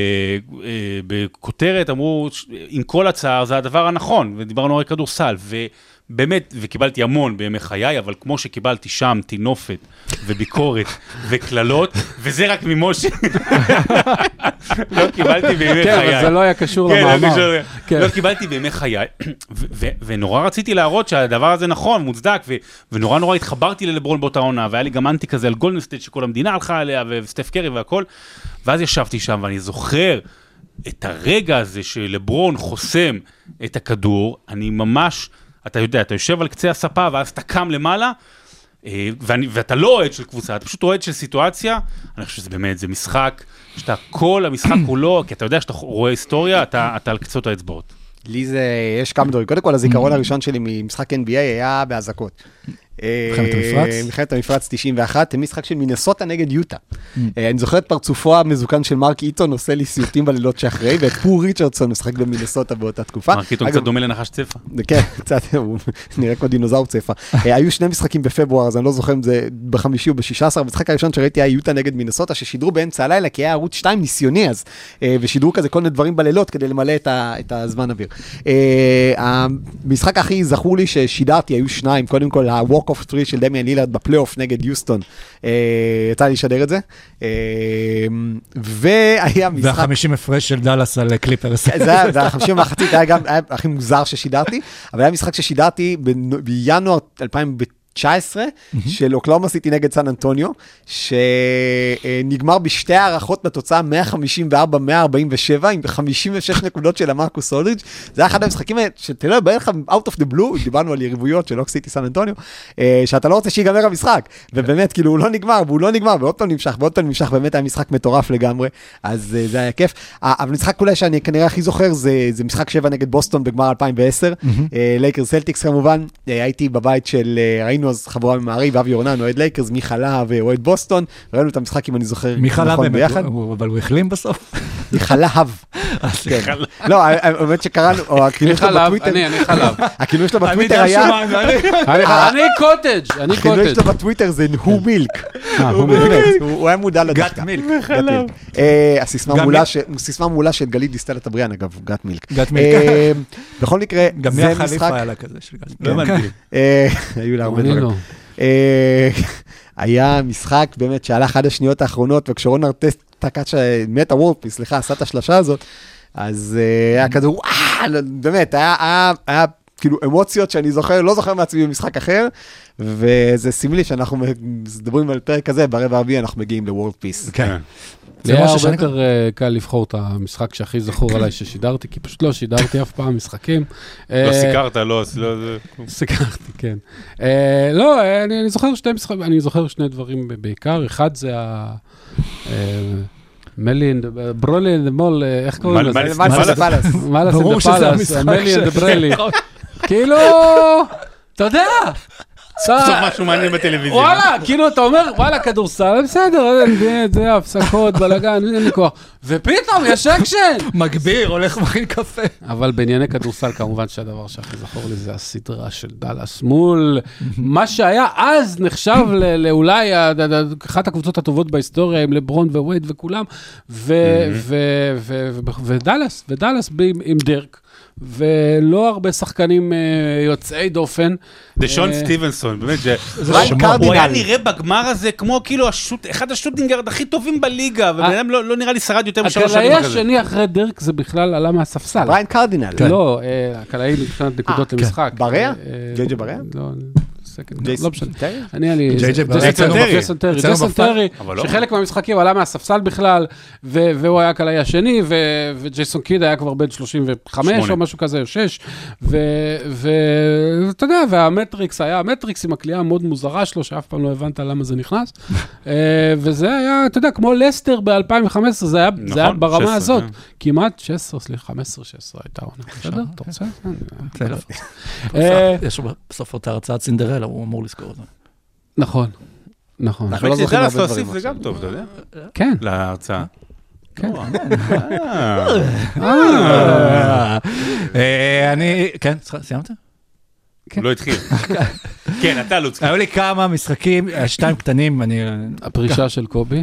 B: בכותרת, אמרו, עם כל הצער זה הדבר הנכון, ודיברנו הרי כדורסל, ובאמת, וקיבלתי המון בימי חיי, אבל כמו שקיבלתי שם תינופת וביקורת וכללות, וזה רק ממשה. לא קיבלתי בימי חיי.
G: כן, אבל זה לא היה קשור למאמר.
B: לא קיבלתי בימי חיי, ונורא רציתי להראות שהדבר הזה נכון, מוצדק, ונורא התחברתי ללברון באותה עונה, והיה לי גם אנטי כזה על גולדן סטייט שכל המדינה הלכה עליה, וסטף קרי והכל, ואז ישבתי שם, ואני זוכר את הרגע הזה שלברון חוסם את הכדור, אני ממש, אתה יודע, אתה יושב על קצה הספה, ואז אתה קם למעלה, ואתה לא אוהד של קבוצה, אתה פשוט אוהד של סיטואציה, אני חושב שזה באמת, זה משחק, שאתה כל המשחק כולו, כי אתה יודע שאתה רואה היסטוריה, אתה על קצות האצבעות.
C: לי זה, יש כמה דברים. קודם כל, הזיכרון הראשון שלי ממשחק NBA היה בהזקות. מלחמת המפרץ 91, משחק של מינסוטה נגד יוטה. אני זוכר את פרצופו המזוקן של מרק איטון, עושה לי סיוטים בלילות שאחרי, ואת פור ריצ'רדסון משחק במינסוטה באותה תקופה.
B: מרק איטון קצת דומה לנחש צפה.
C: כן, קצת, הוא נראה כמו דינוזאור צפה. היו שני משחקים בפברואר, אז אני לא זוכר אם זה בחמישי או ב-16, המשחק הראשון שראיתי היה יוטה נגד מינסוטה, ששידרו באמצע הלילה, כי היה ערוץ 2 ניסיוני אז, ושידרו כזה כל מיני דברים בלילות כדי למלא את הזמן אוויר. המשחק הכי זכור לי ששידרתי, היו שניים, קודם כל ה-Walk of Three של דמיאן לילארד בפלייאוף נגד יוסטון, יצא לי לשדר את זה, והיה משחק...
A: וה-50 הפרש של דלס על קליפרס.
C: זה ה-50 המחצית, היה גם הכי מוזר ששידרתי, אבל היה משחק ששידרתי בינואר 2019, 19 של אוקלאומה סיטי נגד סן אנטוניו, שנגמר בשתי הערכות בתוצאה 154-147, עם 56 נקודות של המרקוס אולדריץ'. זה היה אחד המשחקים שאתה לא בא לך out of the blue, דיברנו על יריבויות של אוק סיטי סן אנטוניו, שאתה לא רוצה שיגמר המשחק, ובאמת, כאילו, הוא לא נגמר, והוא לא נגמר, ועוד פעם נמשך, ועוד פעם נמשך, באמת היה משחק מטורף לגמרי, אז זה היה כיף. אבל משחק אולי שאני כנראה הכי זוכר, זה משחק 7 נגד בוסטון בגמר 2010, לייקרס סלטיקס כמובן, הייתי בבית של, ראינו אז חבורה ממעריב, אבי אורנן, אוהד לייקרס, מיכה להב ואוהד בוסטון, ראינו את המשחק אם אני זוכר נכון ביחד.
A: אבל הוא החלים בסוף.
C: מיכה להב. לא, האמת שקראנו, או הכינוי שלו בטוויטר,
G: אני חלב.
C: הכינוי שלו בטוויטר היה,
G: אני קוטג',
C: הכינוי שלו בטוויטר זה הו מילק. הוא היה מודע לדקה.
A: גת מילק.
C: הסיסמה מעולה של גלית דיסטל אטבריאן, אגב, גת מילק.
A: גת מילק.
C: בכל מקרה,
A: גם
C: זה
A: מהחליפה
C: משחק...
A: היה לה כזה של גת
B: לא
A: מילק.
B: הבנתי.
C: היו לה הרבה
G: אני
C: דברים.
G: לא.
C: היה משחק באמת שהלך עד השניות האחרונות, וכשרון ארטסט תקעת שמתה וורפי, סליחה, עשה את השלשה הזאת, אז היה כזה, באמת, היה כאילו אמוציות שאני זוכר, לא זוכר מעצמי במשחק אחר, וזה סמלי שאנחנו מדברים על פרק כזה, ברבע הרביעי אנחנו מגיעים לוורד פיס.
B: כן.
G: זה היה הרבה יותר קל לבחור את המשחק שהכי זכור עליי ששידרתי, כי פשוט לא שידרתי אף פעם משחקים.
B: לא סיקרת, לא...
G: סיקרתי, כן. לא, אני זוכר שני משחקים, אני זוכר שני דברים בעיקר. אחד זה מלי אנד ברולי אנד מול, איך קוראים לזה?
C: מלס פלס.
G: מלס אנד פלס, מלי אנד ברולי. כאילו, אתה יודע.
B: סוף משהו מעניין בטלוויזיה.
G: וואלה, כאילו אתה אומר, וואלה, כדורסל, בסדר, זה הפסקות, בלגן, אין לי כוח. ופתאום יש אקשן.
A: מגביר, הולך מכין קפה.
G: אבל בענייני כדורסל, כמובן שהדבר שהכי זכור לי זה הסדרה של דלס מול מה שהיה אז נחשב לאולי אחת הקבוצות הטובות בהיסטוריה, עם לברון ווייד וכולם, ודלס עם דרק. ולא הרבה שחקנים יוצאי דופן.
B: דשון סטיבנסון, באמת,
C: קרדינל.
B: הוא היה נראה בגמר הזה כמו כאילו אחד השוטינגרד הכי טובים בליגה, ובאדם לא נראה לי שרד יותר משלוש שנים
G: הקלעי
B: כזה.
G: השני אחרי דרק זה בכלל עלה מהספסל.
C: בריין קרדינל.
G: לא, הקלעי מבחינת נקודות למשחק.
C: בריה? ג'יי ברייה?
G: לא, לא משנה. ג'ייסון טרי, שחלק מהמשחקים עלה מהספסל בכלל, והוא היה הקלעי השני, וג'ייסון קיד היה כבר בן 35 או משהו כזה, 6, ואתה יודע, והמטריקס היה המטריקס עם הקליעה המאוד מוזרה שלו, שאף פעם לא הבנת למה זה נכנס, וזה היה, אתה יודע, כמו לסטר ב-2015, זה היה ברמה הזאת, כמעט 16, סליחה, 15-16 הייתה עונה. בסדר? אתה רוצה?
A: יש בסוף אותה הרצאת סינדרלה, הוא אמור לזכור את זה.
G: נכון, נכון.
B: אנחנו לא זוכרים הרבה דברים. זה גם טוב, אתה יודע?
G: כן.
B: להרצאה.
G: כן.
A: כן, סיימת?
B: הוא לא התחיל. כן, אתה לא צריך.
A: היו לי כמה משחקים, 2 קטנים,
G: הפרישה של קובי.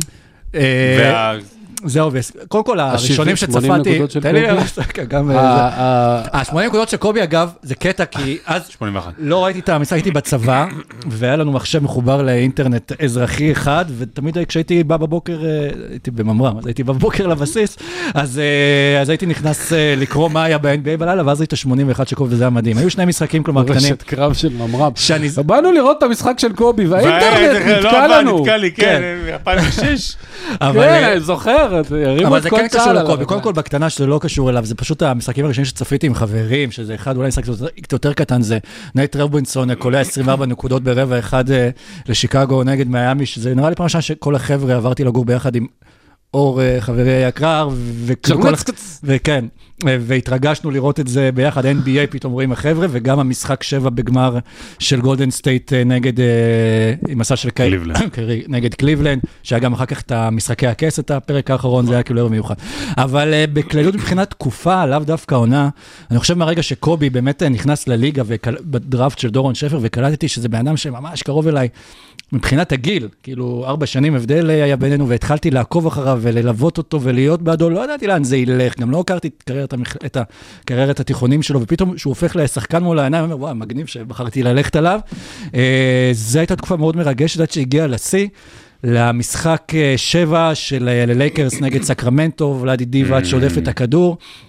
A: זהו, קודם כל, הראשונים שצפתי, תן לי גם... 80 נקודות של קובי, אגב, זה קטע, כי אז
B: 81.
A: לא ראיתי את המשחק, הייתי בצבא, והיה לנו מחשב מחובר לאינטרנט אזרחי אחד, ותמיד כשהייתי בא בבוקר, הייתי בממר"ם, אז הייתי בבוקר לבסיס, אז הייתי נכנס לקרוא מה היה ב-NBA בלילה, ואז ראיתי 81 של קובי, וזה היה מדהים. היו 2 משחקים, כלומר, קטנים.
G: רשת קרב של ממר"ם. באנו לראות את המשחק של קובי, והאינטרנט נתקע לנו.
B: נתקע לי, כן, 2006.
G: כן, זוכר.
A: אבל זה כן קשור לקובי, קודם כל בקטנה שזה לא קשור אליו, זה פשוט המשחקים הראשונים שצפיתי עם חברים, שזה אחד אולי משחק יותר קטן, זה נייט רובינסון, קולע 24 נקודות ברבע אחד לשיקגו נגד מיאמי, שזה נראה לי פעם ראשונה שכל החבר'ה עברתי לגור ביחד עם אור חברי היקר, וכן, והתרגשנו לראות את זה ביחד, NBA פתאום רואים החבר'ה, וגם המשחק 7 בגמר של גולדן סטייט נגד, עם מסע של נגד קליבלנד, שהיה גם אחר כך את המשחקי הכס, את הפרק האחרון, זה היה כאילו ערב מיוחד. אבל בכללות מבחינת תקופה, לאו דווקא עונה, אני חושב מהרגע שקובי באמת נכנס לליגה, בדראפט של דורון שפר, וקלטתי שזה באדם שממש קרוב אליי, מבחינת הגיל, כאילו 4 שנים הבדל היה בינינו, והתחלתי לעקוב אחריו וללוות אותו ולהיות בעדו, לא ידעתי לאן זה ילך, גם לא הכרתי את הקריירת התיכונים שלו, ופתאום שהוא הופך לשחקן מול העיניים, אומר, וואו, מגניב שבחרתי ללכת עליו. זו הייתה תקופה מאוד מרגשת, עד שהגיעה לשיא, למשחק 7 של לייקרס נגד סקרמנטו, ולאדי דיבאץ' שודף את הכדור,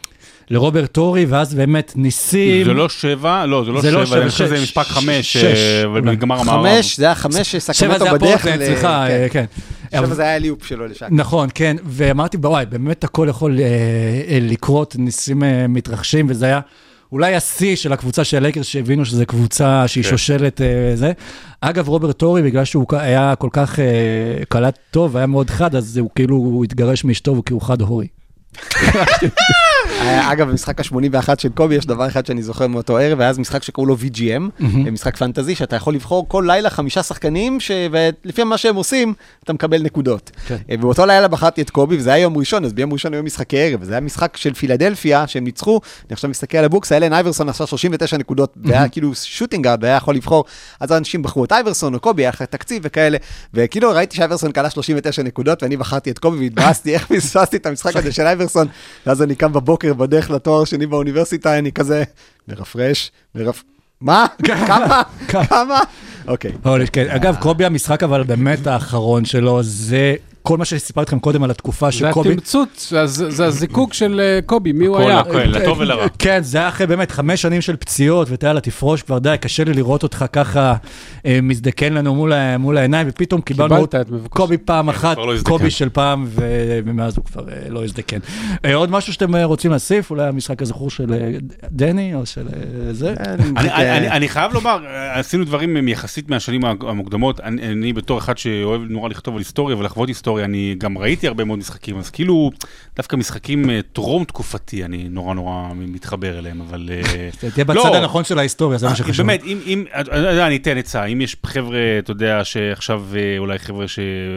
A: לרוברט טורי, ואז באמת ניסים.
B: זה לא 7, לא, זה לא 7, אני חושב שזה משחק 5, ונגמר המערב.
C: 5, זה היה 5 שסקרמנטו בדרך.
A: 7 זה היה סליחה, כן.
C: 7 זה היה ליופ שלו לשק.
A: נכון, כן, ואמרתי, וואי, באמת הכל יכול לקרות, ניסים מתרחשים, וזה היה אולי השיא של הקבוצה של הלייקרס, שהבינו שזו קבוצה שהיא שושלת זה. אגב, רוברט טורי, בגלל שהוא היה כל כך קלט טוב, היה מאוד חד, אז הוא כאילו, הוא התגרש מאשתו, כי הוא חד הורי.
C: אגב, במשחק ה-81 של קובי, יש דבר אחד שאני זוכר מאותו ערב, ואז משחק שקראו לו VGM, משחק פנטזי, שאתה יכול לבחור כל לילה 5 שחקנים, ולפי מה שהם עושים, אתה מקבל נקודות. ובאותו לילה בחרתי את קובי, וזה היה יום ראשון, אז ביום ראשון היו משחקי ערב, וזה היה משחק של פילדלפיה, שהם ניצחו, אני עכשיו מסתכל על הבוקס, אלן אייברסון עשה 39 נקודות, והיה כאילו שוטינגארד, והיה יכול לבחור, אז אנשים בחרו את אייברסון או קובי, היה תקציב וכאלה, וכאילו ראיתי שאייברסון קלה 39 נקודות, ואני בחרתי את קובי והתבאסתי איך פספסתי את המשחק הזה של אייברסון, ואז אני קם בבוקר בדרך לתואר שני באוניברסיטה, אני כזה מרפרש, מה? כמה? אוקיי.
A: אגב, קובי המשחק, אבל באמת האחרון שלו, זה כל מה שסיפרתי לכם קודם על התקופה שקובי...
G: זה התמצות, זה הזיקוק של קובי, מי הוא היה?
B: הכל, לטוב ולרע.
A: כן, זה היה אחרי באמת 5 שנים של פציעות, ותאללה, תפרוש כבר די, קשה לי לראות אותך ככה מזדקן לנו מול העיניים, ופתאום קיבלנו קובי פעם אחת, קובי של פעם, ומאז הוא כבר לא הזדקן. עוד משהו שאתם רוצים להוסיף? אולי המשחק הזכור של דני, או של זה?
B: אני חייב לומר, עשינו דברים יחסית מהשנים המוקדמות, אני בתור אחד שאוהב נורא לכתוב על היסטוריה ולחוות היסטוריה, אני גם ראיתי הרבה מאוד משחקים, אז כאילו, דווקא משחקים טרום תקופתי, אני נורא מתחבר אליהם, אבל...
A: תהיה בצד הנכון של ההיסטוריה, זה מה שחשוב.
B: באמת, אני אתן עצה, אם יש חבר'ה, אתה יודע, שעכשיו אולי חבר'ה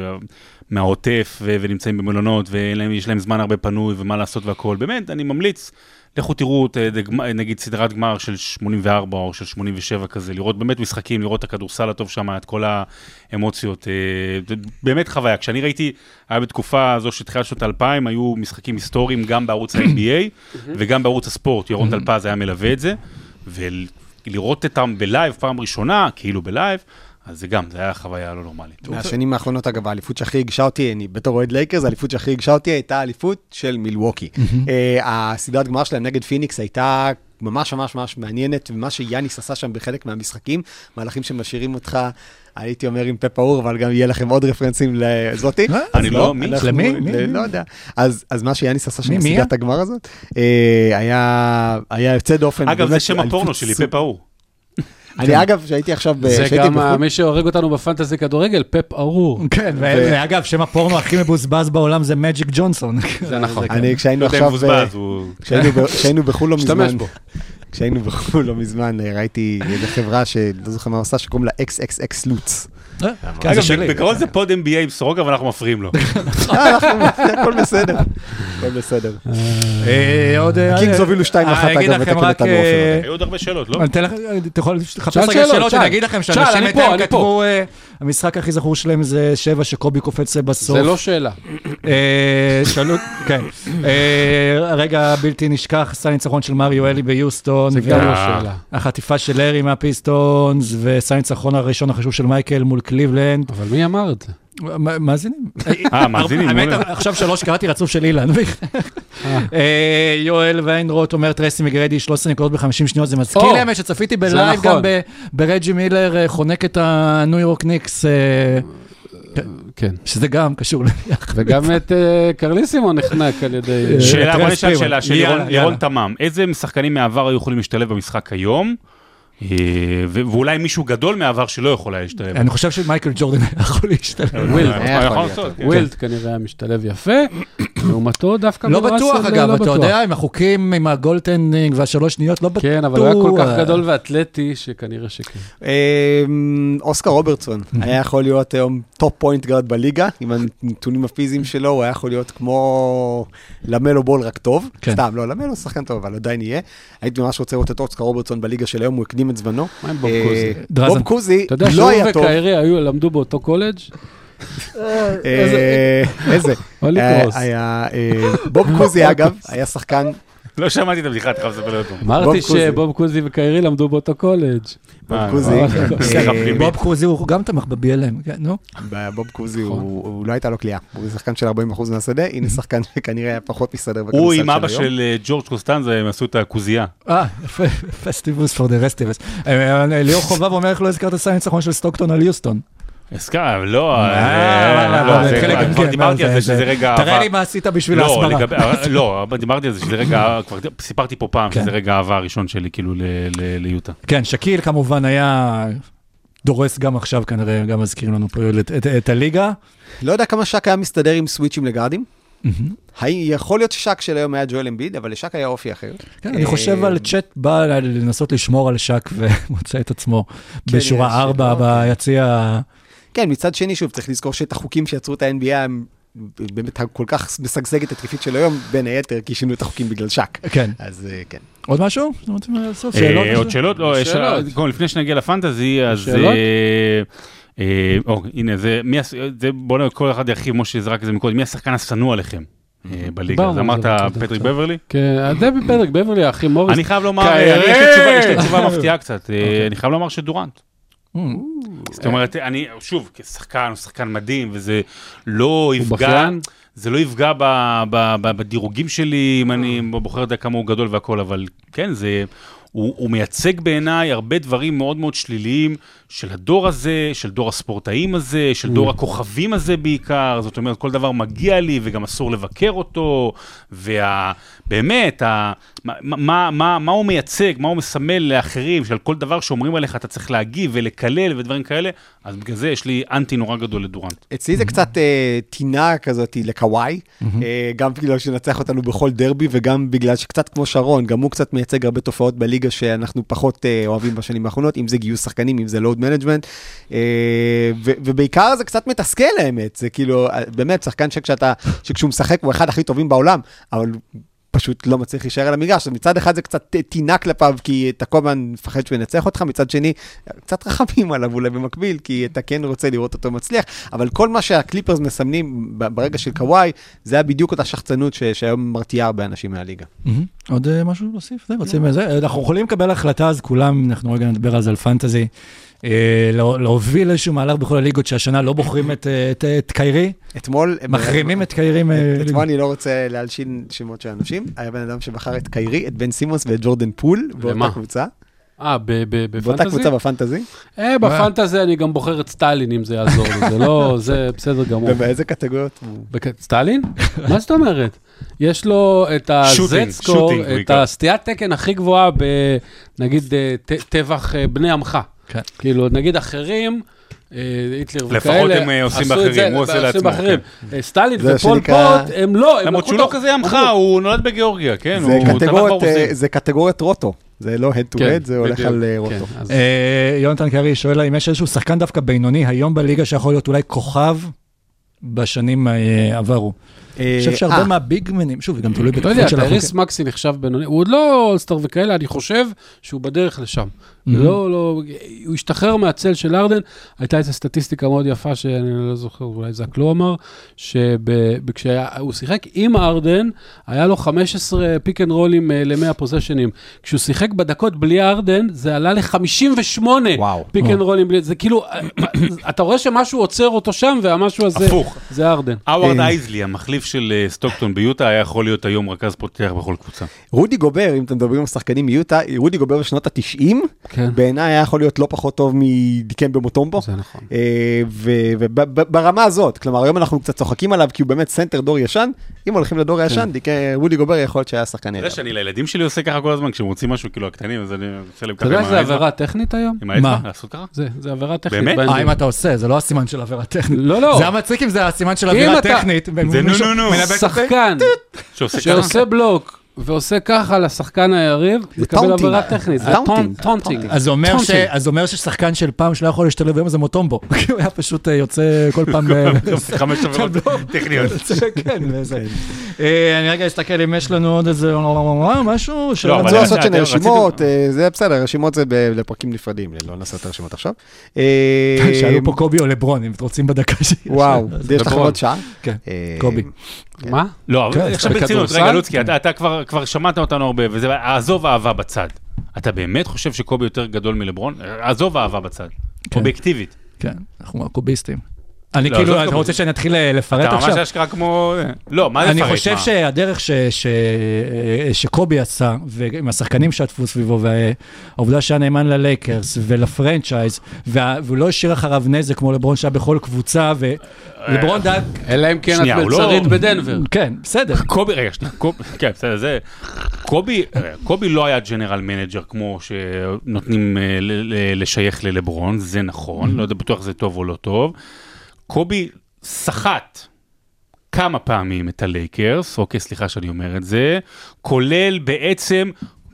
B: מהעוטף ונמצאים במלונות, ויש להם זמן הרבה פנוי ומה לעשות והכל, באמת, אני ממליץ, לכו תראו, נגיד סדרת גמר של 84 או של 87 כזה, לראות באמת משחקים, לראות את הכדורסל הטוב שם, את כל האמוציות, באמת חוויה. כשאני ראיתי, היה בתקופה הזו שתחילת שנות 2000, היו משחקים היסטוריים גם בערוץ ה-NBA וגם בערוץ הספורט, ירון טלפז היה מלווה את זה, ולראות אותם בלייב פעם ראשונה, כאילו בלייב, אז זה היה חוויה לא נורמלית.
C: מהשנים האחרונות, אגב, האליפות שהכי הגשה אותי, אני בתור אוהד לייקרס, האליפות שהכי הגשה אותי הייתה האליפות של מילווקי. הסדרת גמר שלהם נגד פיניקס הייתה ממש מעניינת, ומה שיאניס עשה שם בחלק מהמשחקים, מהלכים שמשאירים אותך, הייתי אומר עם פה פעור, אבל גם יהיה לכם עוד רפרנסים לזאתי.
B: אני לא, מי?
A: למי?
C: לא יודע. אז מה שיאניס עשה שם בסדרת הגמר הזאת, היה יוצא דופן.
B: אגב, זה שם הפורנו שלי, פה פעור.
C: אני אגב, שהייתי עכשיו...
G: זה גם מי שהורג אותנו בפנטזי כדורגל, פפ ארור.
A: כן, ואגב, שם הפורנו הכי מבוזבז בעולם זה מג'יק ג'ונסון.
G: זה נכון.
C: כשהיינו עכשיו... כשהיינו בחול לא מזמן... כשהיינו בחול לא מזמן, ראיתי איזו חברה שלא זוכר מה עושה, שקוראים לה XXX לוץ.
B: אגב, בקרוב זה פוד NBA עם סורוק, אבל אנחנו מפריעים לו.
C: הכל בסדר. הכל בסדר.
A: עוד...
C: קינגס הובילו 2-1, אגב, ותקן אותנו אופן.
B: היו עוד הרבה שאלות, לא?
A: אתה יכול לחפש רגע שאלות, שאני אגיד לכם שאנשים אתם כתבו, המשחק הכי זכור שלהם זה 7 שקובי קופץ בסוף.
G: זה לא שאלה.
A: שאלו, כן. הרגע בלתי נשכח, סל ניצחון של מריו אלי ביוסטון.
G: זה גם לא שאלה.
A: החטיפה של לארי מהפיסטונס, וסל ניצחון הראשון החשוב של מייקל מול קליבלנד.
G: אבל מי אמר את זה?
A: מאזינים.
B: מאזינים.
A: האמת, עכשיו 3 קראתי רצוף של אילן. יואל ויינרוט אומר, טרייסי מגרדי 13 נקודות ב-50 שניות, זה מזכיר להם שצפיתי בלייב גם ברג'י מילר חונק את הניו יורק ניקס,
G: כן.
A: שזה גם קשור לביחד.
G: וגם את קרליסימו נחנק על ידי...
B: שאלה, בוא נשאל שאלה, של ירון תמם. איזה משחקנים מהעבר היו יכולים להשתלב במשחק היום? ואולי מישהו גדול מהעבר שלא יכול היה להשתלב.
A: אני חושב שמייקל ג'ורדן היה יכול להשתלב.
G: ווילד כנראה היה משתלב יפה, לעומתו דווקא...
A: לא בטוח אגב, אתה יודע, עם החוקים, עם הגולדטנינג וה3 שניות, לא בטוח.
G: כן, אבל הוא היה כל כך גדול ואתלטי, שכנראה שכן.
C: אוסקר רוברטסון היה יכול להיות טופ פוינט גארד בליגה, עם הנתונים הפיזיים שלו, הוא היה יכול להיות כמו למלו בול רק טוב. סתם, לא, למלו שחקן טוב, אבל עדיין יהיה. הייתי ממש רוצה לראות את אוסקר רוברטסון בליגה של היום, הוא הקדים את זמנו.
G: מה עם בוב קוזי?
C: בוב קוזי
G: לא היה טוב. אתה יודע שהוא וקיירי למדו באותו קולג'?
C: איזה? בוב קוזי, אגב, היה שחקן
B: לא שמעתי את הבדיחה, אתה חייב לספר לי אותו.
G: אמרתי שבוב קוזי וקיירי למדו באותו קולג'.
C: בוב קוזי,
A: בוב קוזי הוא גם תמך ב-BLM, כן, נו?
C: בוב קוזי הוא לא הייתה לו קליעה, הוא שחקן של 40% מהשדה, הנה שחקן שכנראה היה פחות מסתדר בכדורסל
B: הוא
C: של
B: עם
C: היום.
B: אבא של ג'ורג' קוסטנזה, הם עשו את הקוזייה.
A: פסטיבוס פור דה רסטיבוס. ליאור חובב אומר איך לא הזכרת את הניצחון של סטוקטון על יוסטון.
B: הסכם, לא,
A: כבר
B: דיברתי על זה שזה רגע אהבה.
A: תראה לי מה עשית בשביל ההסברה.
B: לא, דיברתי על זה שזה רגע, כבר סיפרתי פה פעם שזה רגע האהבה הראשון שלי כאילו ליוטה.
A: כן, שקיל כמובן היה דורס גם עכשיו כנראה, גם מזכירים לנו פה את הליגה.
C: לא יודע כמה שק היה מסתדר עם סוויצ'ים לגארדים. יכול להיות ששק של היום היה ג'ואל אמביד, אבל לשק היה אופי אחר.
A: אני חושב על צ'אט בא לנסות לשמור על שק ומוצא את עצמו בשורה 4 ביציע.
C: כן, מצד שני, שוב, צריך לזכור שאת החוקים שיצרו את ה-NBA הם באמת כל כך משגשגת התקפית של היום, בין היתר, כי שינו את החוקים בגלל שק.
A: כן.
C: אז כן.
A: עוד משהו?
B: עוד שאלות? לא, לפני שנגיע לפנטזי, אז... הנה, בואו נראה, כל אחד ירחיב, משה זרק את זה מקודם, מי השחקן השנוא עליכם בליגה? אז אמרת פטריק בברלי?
G: כן, דבי פטריק בברלי, אחי מוריס.
B: אני חייב לומר, יש לי תשובה מפתיעה קצת, אני חייב לומר שדורנט. זאת אומרת, אני, שוב, כשחקן, הוא שחקן מדהים, וזה לא יפגע, זה לא יפגע בדירוגים שלי, אם אני בוחר יודע כמה הוא גדול והכל, אבל כן, הוא מייצג בעיניי הרבה דברים מאוד מאוד שליליים של הדור הזה, של דור הספורטאים הזה, של דור הכוכבים הזה בעיקר, זאת אומרת, כל דבר מגיע לי וגם אסור לבקר אותו, ובאמת, מה הוא מייצג, מה הוא מסמל לאחרים, של כל דבר שאומרים עליך אתה צריך להגיב ולקלל ודברים כאלה, אז בגלל זה יש לי אנטי נורא גדול לדורנט.
C: אצלי זה קצת טינה כזאת לקוואי, גם בגלל שנצח אותנו בכל דרבי, וגם בגלל שקצת כמו שרון, גם הוא קצת מייצג הרבה תופעות בליגה שאנחנו פחות אוהבים בשנים האחרונות, אם זה גיוס שחקנים, אם זה לואוד מנג'מנט, ובעיקר זה קצת מתסכל האמת, זה כאילו, באמת, שחקן שכשהוא משחק הוא אחד הכי טובים בעולם, אבל פשוט לא מצליח להישאר על המגרש, אז מצד אחד זה קצת טינה כלפיו, כי אתה כל הזמן מפחד שהוא ינצח אותך, מצד שני, קצת רחמים עליו אולי במקביל, כי אתה כן רוצה לראות אותו מצליח, אבל כל מה שהקליפרס מסמנים ברגע של קוואי, זה היה בדיוק אותה שחצנות שהיום מרתיעה הרבה אנשים מהליגה.
A: עוד משהו להוסיף? אנחנו יכולים לקבל החלטה, אז כולם, אנחנו רגע נדבר על זה על פנטזי, להוביל איזשהו מהלך בכל הליגות שהשנה לא בוחרים את קיירי, מחרימים את קיירי.
C: אתמול אני לא רוצה להלשין שמות של אנשים, היה בן אדם שבחר את קיירי, את בן סימונס ואת ג'ורדן פול באותה קבוצה.
G: בפנטזי?
C: באותה קבוצה בפנטזי?
G: בפנטזי אני גם בוחר את סטלין, אם זה יעזור לי, זה לא, זה בסדר גמור.
C: ובאיזה קטגוריות?
G: סטלין? מה זאת אומרת? יש לו את ה-Z-סקור, את הסטיית תקן הכי גבוהה נגיד טבח בני עמך. כאילו, נגיד אחרים, היטלר וכאלה,
B: לפחות הם עושים באחרים, הוא עושה לעצמו.
G: סטלין ופול פוט, הם לא,
B: למרות שהוא לא כזה עמך, הוא נולד בגיאורגיה, כן?
C: זה קטגוריית רוטו, זה לא head to head, זה הולך על רוטו.
A: יונתן קרי שואל אם יש איזשהו שחקן דווקא בינוני היום בליגה שיכול להיות אולי כוכב בשנים עברו. אני חושב שהרבה מהביגמנים, שוב, גם תלוי בתקופות של החוק.
G: טייריס מקסי נחשב בינוני, הוא עוד לא אולסטאר וכאלה, אני חושב שהוא בדרך לשם. הוא השתחרר מהצל של ארדן, הייתה איזו סטטיסטיקה מאוד יפה, שאני לא זוכר, אולי זק לא אמר, שכשהוא שיחק עם ארדן, היה לו 15 פיק אנד רולים ל-100 פוזיישנים. כשהוא שיחק בדקות בלי ארדן, זה עלה ל-58 פיק אנד רולים בלי, זה כאילו, אתה רואה שמשהו עוצר אותו שם, והמשהו הזה, זה ארדן.
B: אאוורד אייזלי, המחליף של סטוקטון ביוטה, היה יכול להיות היום רכז פותח בכל קבוצה.
C: רודי גובר, אם אתם מדברים על שחקנים מיוטה, רודי גובר בשנות ה-90, בעיניי היה יכול להיות לא פחות טוב מדיקמבה מוטומבו.
G: זה נכון.
C: וברמה הזאת, כלומר, היום אנחנו קצת צוחקים עליו, כי הוא באמת סנטר דור ישן, אם הולכים לדור הישן, רודי גובר יכול להיות שהיה שחקן נהדר.
B: אתה יודע שאני לילדים שלי עושה ככה כל הזמן, כשהם רוצים משהו כאילו הקטנים, אז אני עושה להם ככה
G: עם האצבע. אתה יודע, זה עבירה טכנית היום?
B: עם האצבע? לעשות ככה?
G: זה עבירה טכנית.
B: באמת?
A: אם אתה עושה, זה לא הסימן של עבירה טכנית.
G: לא.
A: זה המצחיק אם זה הסימן של עבירה טכנית.
B: זה נו.
G: שחקן שעושה ועושה ככה לשחקן היריב, לקבל עבירה טכנית, זה טונטינג.
A: אז זה אומר ששחקן של פעם שלא יכול להשתלב היום זה מוטומבו. הוא היה פשוט יוצא כל פעם...
B: 5 עבירות טכניות.
A: כן, וזה. אני רגע אסתכל אם יש לנו עוד איזה משהו.
B: לא, אבל
C: רצו לעשות שני
B: רציתי-
C: רשימות, זה בסדר, רשימות זה לפרקים נפרדים, לא נעשה את הרשימות עכשיו.
A: שאלו פה קובי או לברון, אם אתם רוצים בדקה שיש.
C: וואו, יש לך
G: לברון.
C: עוד שעה?
A: כן, קובי.
G: מה?
B: לא, אבל
A: כן,
B: עכשיו
G: בכדורסל?
B: ברצינות, רגע לוצקי, אתה כבר שמעת אותנו הרבה, וזה, עזוב אהבה בצד. אתה באמת חושב שקובי יותר גדול מלברון? עזוב אהבה בצד.
A: כן.
B: אובייקטיבית.
A: כן, אנחנו הקוביסטים. אני
B: לא,
A: כאילו,
B: עזוב
A: אתה
B: קובי.
A: רוצה שאני אתחיל לפרט
B: אתה ממש
A: עכשיו?
B: אשכרה כמו... לא, מה זה
A: אני
B: לפרט?
A: חושב
B: מה?
A: שהדרך שקובי עשה, ועם השחקנים שעטפו סביבו, והעובדה שהיה נאמן ללייקרס ולפרנצ'ייז, והוא לא השאיר אחריו נזק כמו לברון שהיה בכל קבוצה, ולברון דאג,
G: אלא אם כן את
B: שנייה, הוא לא-
G: מלצרית בדנבר.
A: כן, בסדר.
B: קובי, רגע, שנייה, כן, בסדר, זה... קובי לא היה ג'נרל מנג'ר כמו שנותנים לשייך ללברון, זה נכון, לא יודע בטוח זה טוב או לא טוב. קובי סחט כמה פעמים את הלייקרס, אוקיי, סליחה שאני אומר את זה, כולל בעצם,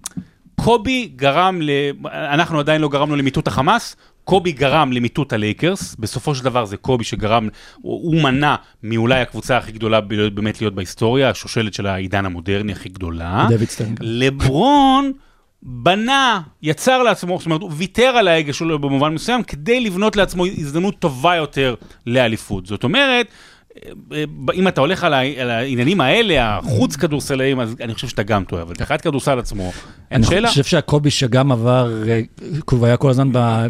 B: קובי גרם, אנחנו עדיין לא גרמנו למיטוט החמאס, קובי גרם למיטוט הלייקרס, בסופו של דבר זה קובי שגרם, הוא מנע מאולי הקבוצה הכי גדולה באמת להיות בהיסטוריה, השושלת של העידן המודרני הכי גדולה.
A: דויד סטרן.
B: לברון בנה, יצר לעצמו, זאת אומרת, הוא ויתר על ההגה שלו במובן מסוים, כדי לבנות לעצמו הזדמנות טובה יותר לאליפות. זאת אומרת, אם אתה הולך על העניינים האלה, החוץ כדורסליים, אז אני חושב שאתה גם טועה, אבל מבחינת כדורסל עצמו, אין שאלה.
A: אני חושב שהקובי שגם עבר, הוא היה כל הזמן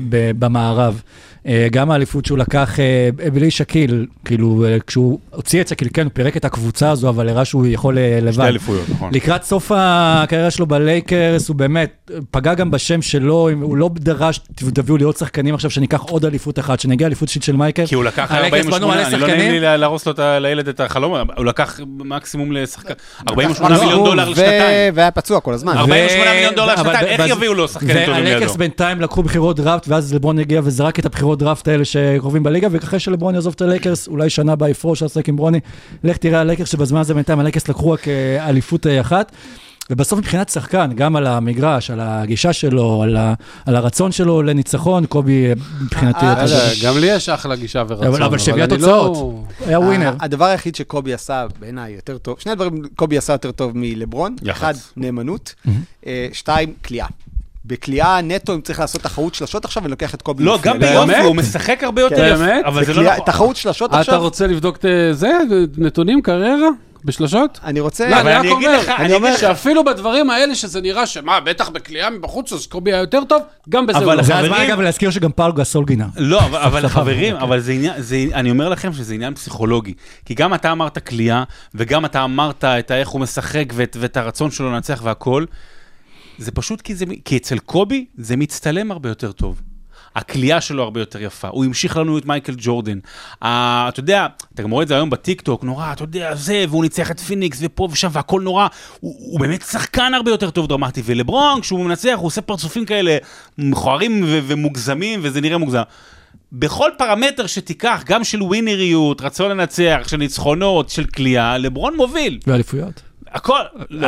A: במערב, גם האליפות שהוא לקח בלי שקיל, כאילו, כשהוא הוציא את שקיל, כן, הוא פירק את הקבוצה הזו, אבל הראה שהוא יכול לבד.
B: שתי אליפויות, נכון.
A: לקראת סוף הקריירה שלו בלייקרס, הוא באמת פגע גם בשם שלו, הוא לא דרש, תביאו לי עוד שחקנים עכשיו, שניקח עוד אליפות אחת, שנגיע אליפות שיט של מייקל.
B: כי הוא לקח
A: הלייקרס בנו
B: 48,
A: מלא
B: אני לא נעים
A: שחקנים.
B: לי להרוס לו לילד את החלום, הוא לקח מקסימום לשחקן, 48 מיליון דולר לשנתיים.
C: והיה פצוע כל הזמן.
B: 48 מיליון דולר
A: אבל
B: לשנתיים, איך
A: בז-
B: יביאו לו שחקנים טובים לידו?
A: והלייקרס בינתיים לקחו בחירות דראפט, ואז לברון הגיע וזרק את הבחירות דראפט האלה שקרובים בליגה, ואחרי שלברון יעזוב את הלייקרס, אולי שנה ביפרוש, שעסק עם ברוני, לך תראה הלייקרס שבזמן הזה בינתיים הלייקרס לקחו רק אליפות אחת, ובסוף מבחינת שחקן, גם על המגרש, על הגישה שלו, על הרצון שלו לניצחון, קובי מבחינתי...
G: גם לי יש אחלה גישה ורצון.
A: אבל שהביאה
G: אני
A: תוצאות.
G: לא-
A: היה ווינר.
C: הדבר היחיד שקובי עשה בעיניי יותר טוב, שני דברים קובי עשה יותר טוב מלברון,
B: יחס.
C: אחד, נאמנות, שתיים, קליעה. בקליעה נטו, אם צריך לעשות תחרות שלשות עכשיו, אני לוקח את קובי.
B: לא, גם
G: באמת?
B: ביופי, הוא משחק הרבה יותר
C: כן.
B: יפה,
G: באמת?
B: אבל זה לא
C: בקליעה-
B: נכון.
C: תחרות שלשות
G: אתה
C: עכשיו,
G: רוצה לבדוק את זה? נתונים, קריירה? בשלושות?
C: אני רוצה...
G: לא,
B: אבל
G: אני
B: אני
G: רק
B: אגיד
G: אומר,
B: לך,
G: אני
B: אני
G: אומר
B: אגיד לך.
G: שאפילו בדברים האלה שזה נראה שמה, בטח בקליעה מבחוץ, אז קובי היה יותר טוב, גם בזה הוא
B: אבל
G: לא.
A: זה הזמן
B: חברים-
A: אגב להזכיר שגם פאול גסול גינה.
B: לא, אבל חברים, אבל זה עניין, אני אומר לכם שזה עניין פסיכולוגי. כי גם אתה אמרת קליעה, וגם אתה אמרת את איך הוא משחק ואת הרצון שלו לנצח והכל. זה פשוט כי אצל קובי זה מצטלם הרבה יותר טוב. הקליעה שלו הרבה יותר יפה. הוא המשיך לנו את מייקל ג'ורדן. אתה יודע, אתה גם רואה את זה היום בטיק-טוק, נורא, אתה יודע, זה, והוא ניצח את פיניקס ופה ושם, והכל נורא. הוא באמת שחקן הרבה יותר טוב דרמטי. ולברון, כשהוא מנצח, הוא עושה פרצופים כאלה מכוערים ומוגזמים, וזה נראה מוגזם. בכל פרמטר שתיקח, גם של ווינריות, רצון לנצח, של ניצחונות, של קליעה, לברון מוביל.
A: ואליפויות.
B: הכל. לא.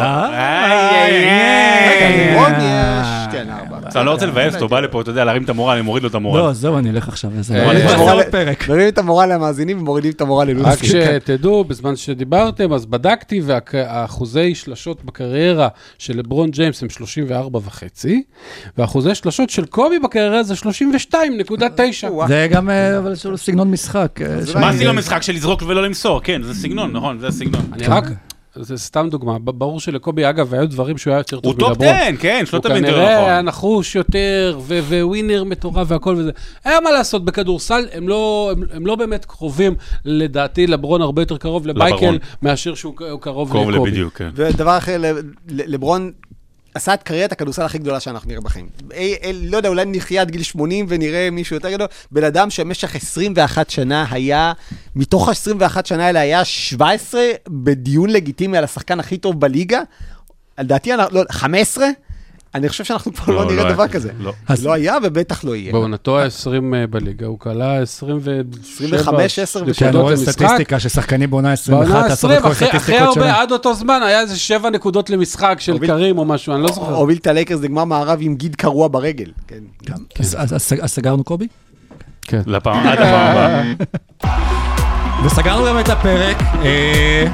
C: לברון יש, כן, 4.
B: אני לא רוצה לבאס אותו, בא לפה, אתה יודע, להרים את המורה, אני מוריד לו את המורה.
A: לא, זהו, אני אלך עכשיו.
G: מורידים את
A: זה
C: המורה
A: עוד
C: ל-
A: פרק.
C: מרימים את המורה למאזינים ומורידים את המורה ללוס.
G: רק שתדעו, בזמן שדיברתם, אז בדקתי, והאחוזי שלשות בקריירה של לברון ג'יימס הם 34.5, והאחוזי שלשות של קובי בקריירה זה 32.9.
A: זה גם, אבל יש לו סגנון משחק.
B: מה סגנון משחק של לזרוק ולא למסור? כן, זה סגנון, נכון, זה הסגנון.
G: אני רק, זה סתם דוגמה, ברור שלקובי, אגב, היו דברים שהוא היה יותר
B: הוא
G: טוב
B: טופ
G: מלברון.
B: 10, כן, שלא
G: הוא
B: תמיד יותר
G: כנראה היה
B: נכון.
G: נחוש יותר, ווינר מטורף והכל וזה. היה מה לעשות, בכדורסל הם לא באמת קרובים, לדעתי, לברון הרבה יותר קרוב לבייקל,
B: לברון.
G: מאשר שהוא קרוב
B: קרוב
G: לקובי.
B: לבדיוק, כן.
C: ודבר אחר, לברון עשה את קריירת הכדורסל הכי גדולה שאנחנו נראה בחיים. לא יודע, אולי נחיה עד גיל 80 ונראה מישהו יותר גדול. בן אדם שבמשך 21 שנה היה, מתוך ה-21 שנה האלה היה 17 בדיון לגיטימי על השחקן הכי טוב בליגה. על דעתי, 15? אני חושב שאנחנו פה לא נראה דבר כזה. לא היה ובטח לא יהיה.
G: בעונתו ה-20 בליגה, הוא קלה
C: 25, 10 ו-
A: שאני רואה סטטיסטיקה ששחקנים בעונה 21,
G: בעונה
A: לעשות את
G: 20,
A: כל
G: אחרי
A: הסטטיסטיקות שלהם.
G: הרבה, עד אותו זמן, היה איזה 7 נקודות למשחק של קרים או משהו, אני לא זוכר.
C: הוביל את הלייקרס לגמר מערב עם גיד קרוע ברגל. כן.
A: אז סגרנו קובי?
B: עד הפעם הבאה.
A: וסגרנו גם את הפרק.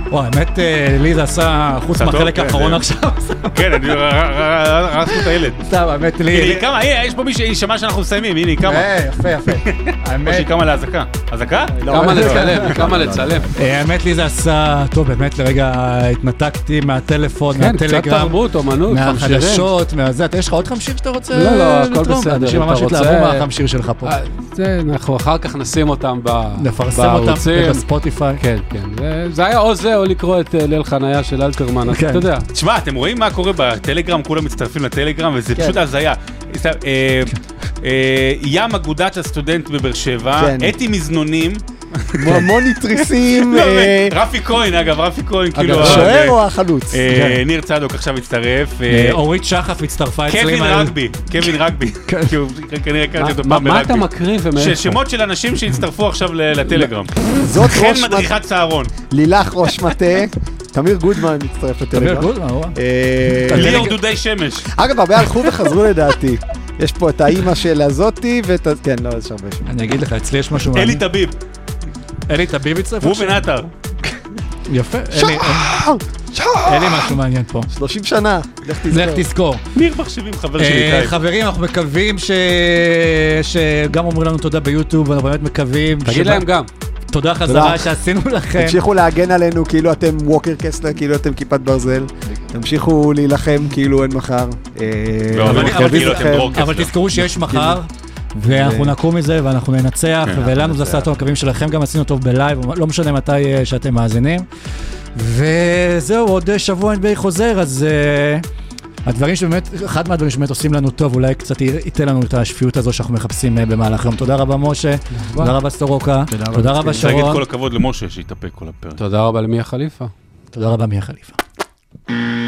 A: האמת, לי זה עשה, חוץ מהחלק האחרון עכשיו.
B: כן, אני רצנו את הילד.
A: סתם, האמת לי...
B: הנה, היא קמה, יש פה מישהי שמע שאנחנו מסיימים, הנה, היא קמה.
A: יפה, יפה.
B: או שהיא קמה להזקה. הזקה?
G: כמה לצלם.
A: האמת לי זה עשה, טוב, באמת לרגע התנתקתי מהטלפון,
G: כן, קצת
A: מהטלגרם,
G: תרבות, אומנות,
A: מהחדשות, מהזה. יש לך עוד חמשיר שאתה רוצה
G: לא, הכל
A: לתרום?
G: בסדר.
A: אנשים ממש התלהבו מהחמשיר שלך פה.
G: אנחנו אחר כך נשים אותם בערוצים.
A: נפרסם אותם בספוטיפיי.
G: כן, כן. זה היה או זה, או לקרוא את ליל חניה של אלתרמן, אז אתה יודע.
B: תשמע, אתם רואים מה קורה בטלגרם, כולם מצטרפים לטלגרם, וזה פשוט הזיה. ים אגודת הסטודנט בבאר שבע, אתי מזנונים.
C: מוני תריסים.
B: רפי כהן, אגב, רפי כהן, כאילו...
C: השוער או החלוץ?
B: ניר צדוק עכשיו הצטרף.
A: אורית שחף הצטרפה אצלי.
B: קווין רגבי. כנראה הכרתי אותו פעם ברגבי.
G: מה אתה מקריא ומאיפה?
B: שמות של אנשים שהצטרפו עכשיו לטלגרם.
C: זאת
B: חן
C: ראש
B: מדריכת צהרון.
C: לילך ראש מטה. תמיר גודמן מצטרף לטלגרם.
A: תמיר גודמן,
B: ליאור דודי שמש.
C: אגב, הרבה הלכו וחזרו לדעתי. יש פה את האימא של הזאתי ואת... כן, לא, יש הרבה שם.
A: אני אגיד לך, אצלי יש משהו
B: אלי טביב.
A: אלי טביב הצטרף?
B: ראובן עטר.
A: יפה. אין לי משהו מעניין פה.
C: 30 שנה,
A: לך תזכור.
B: ניר מחשבים, חבר שלי איתי.
A: חברים, אנחנו מקווים שגם אומרים לנו תודה ביוטיוב, אנחנו באמת מקווים.
G: תגיד להם גם.
A: תודה חזרה שעשינו לכם.
C: תמשיכו להגן עלינו כאילו אתם ווקר קסלר, כאילו אתם כיפת ברזל. תמשיכו להילחם כאילו אין מחר.
A: אבל תזכרו שיש מחר. ואנחנו נקום מזה ואנחנו ננצח, ולנו זה עשה טוב, מקווים שלכם גם עשינו טוב בלייב, לא משנה מתי שאתם מאזינים. וזהו, עוד שבוע NBA חוזר, אז הדברים שבאמת, אחד מהדברים שבאמת עושים לנו טוב, אולי קצת ייתן לנו את השפיות הזו שאנחנו מחפשים במהלך היום. תודה רבה משה, תודה רבה סורוקה, תודה רבה שרון.
B: אני אגיד כל הכבוד למשה שהתאפק כל הפרק.
G: תודה רבה למיה חליפה.
A: תודה רבה מיה חליפה.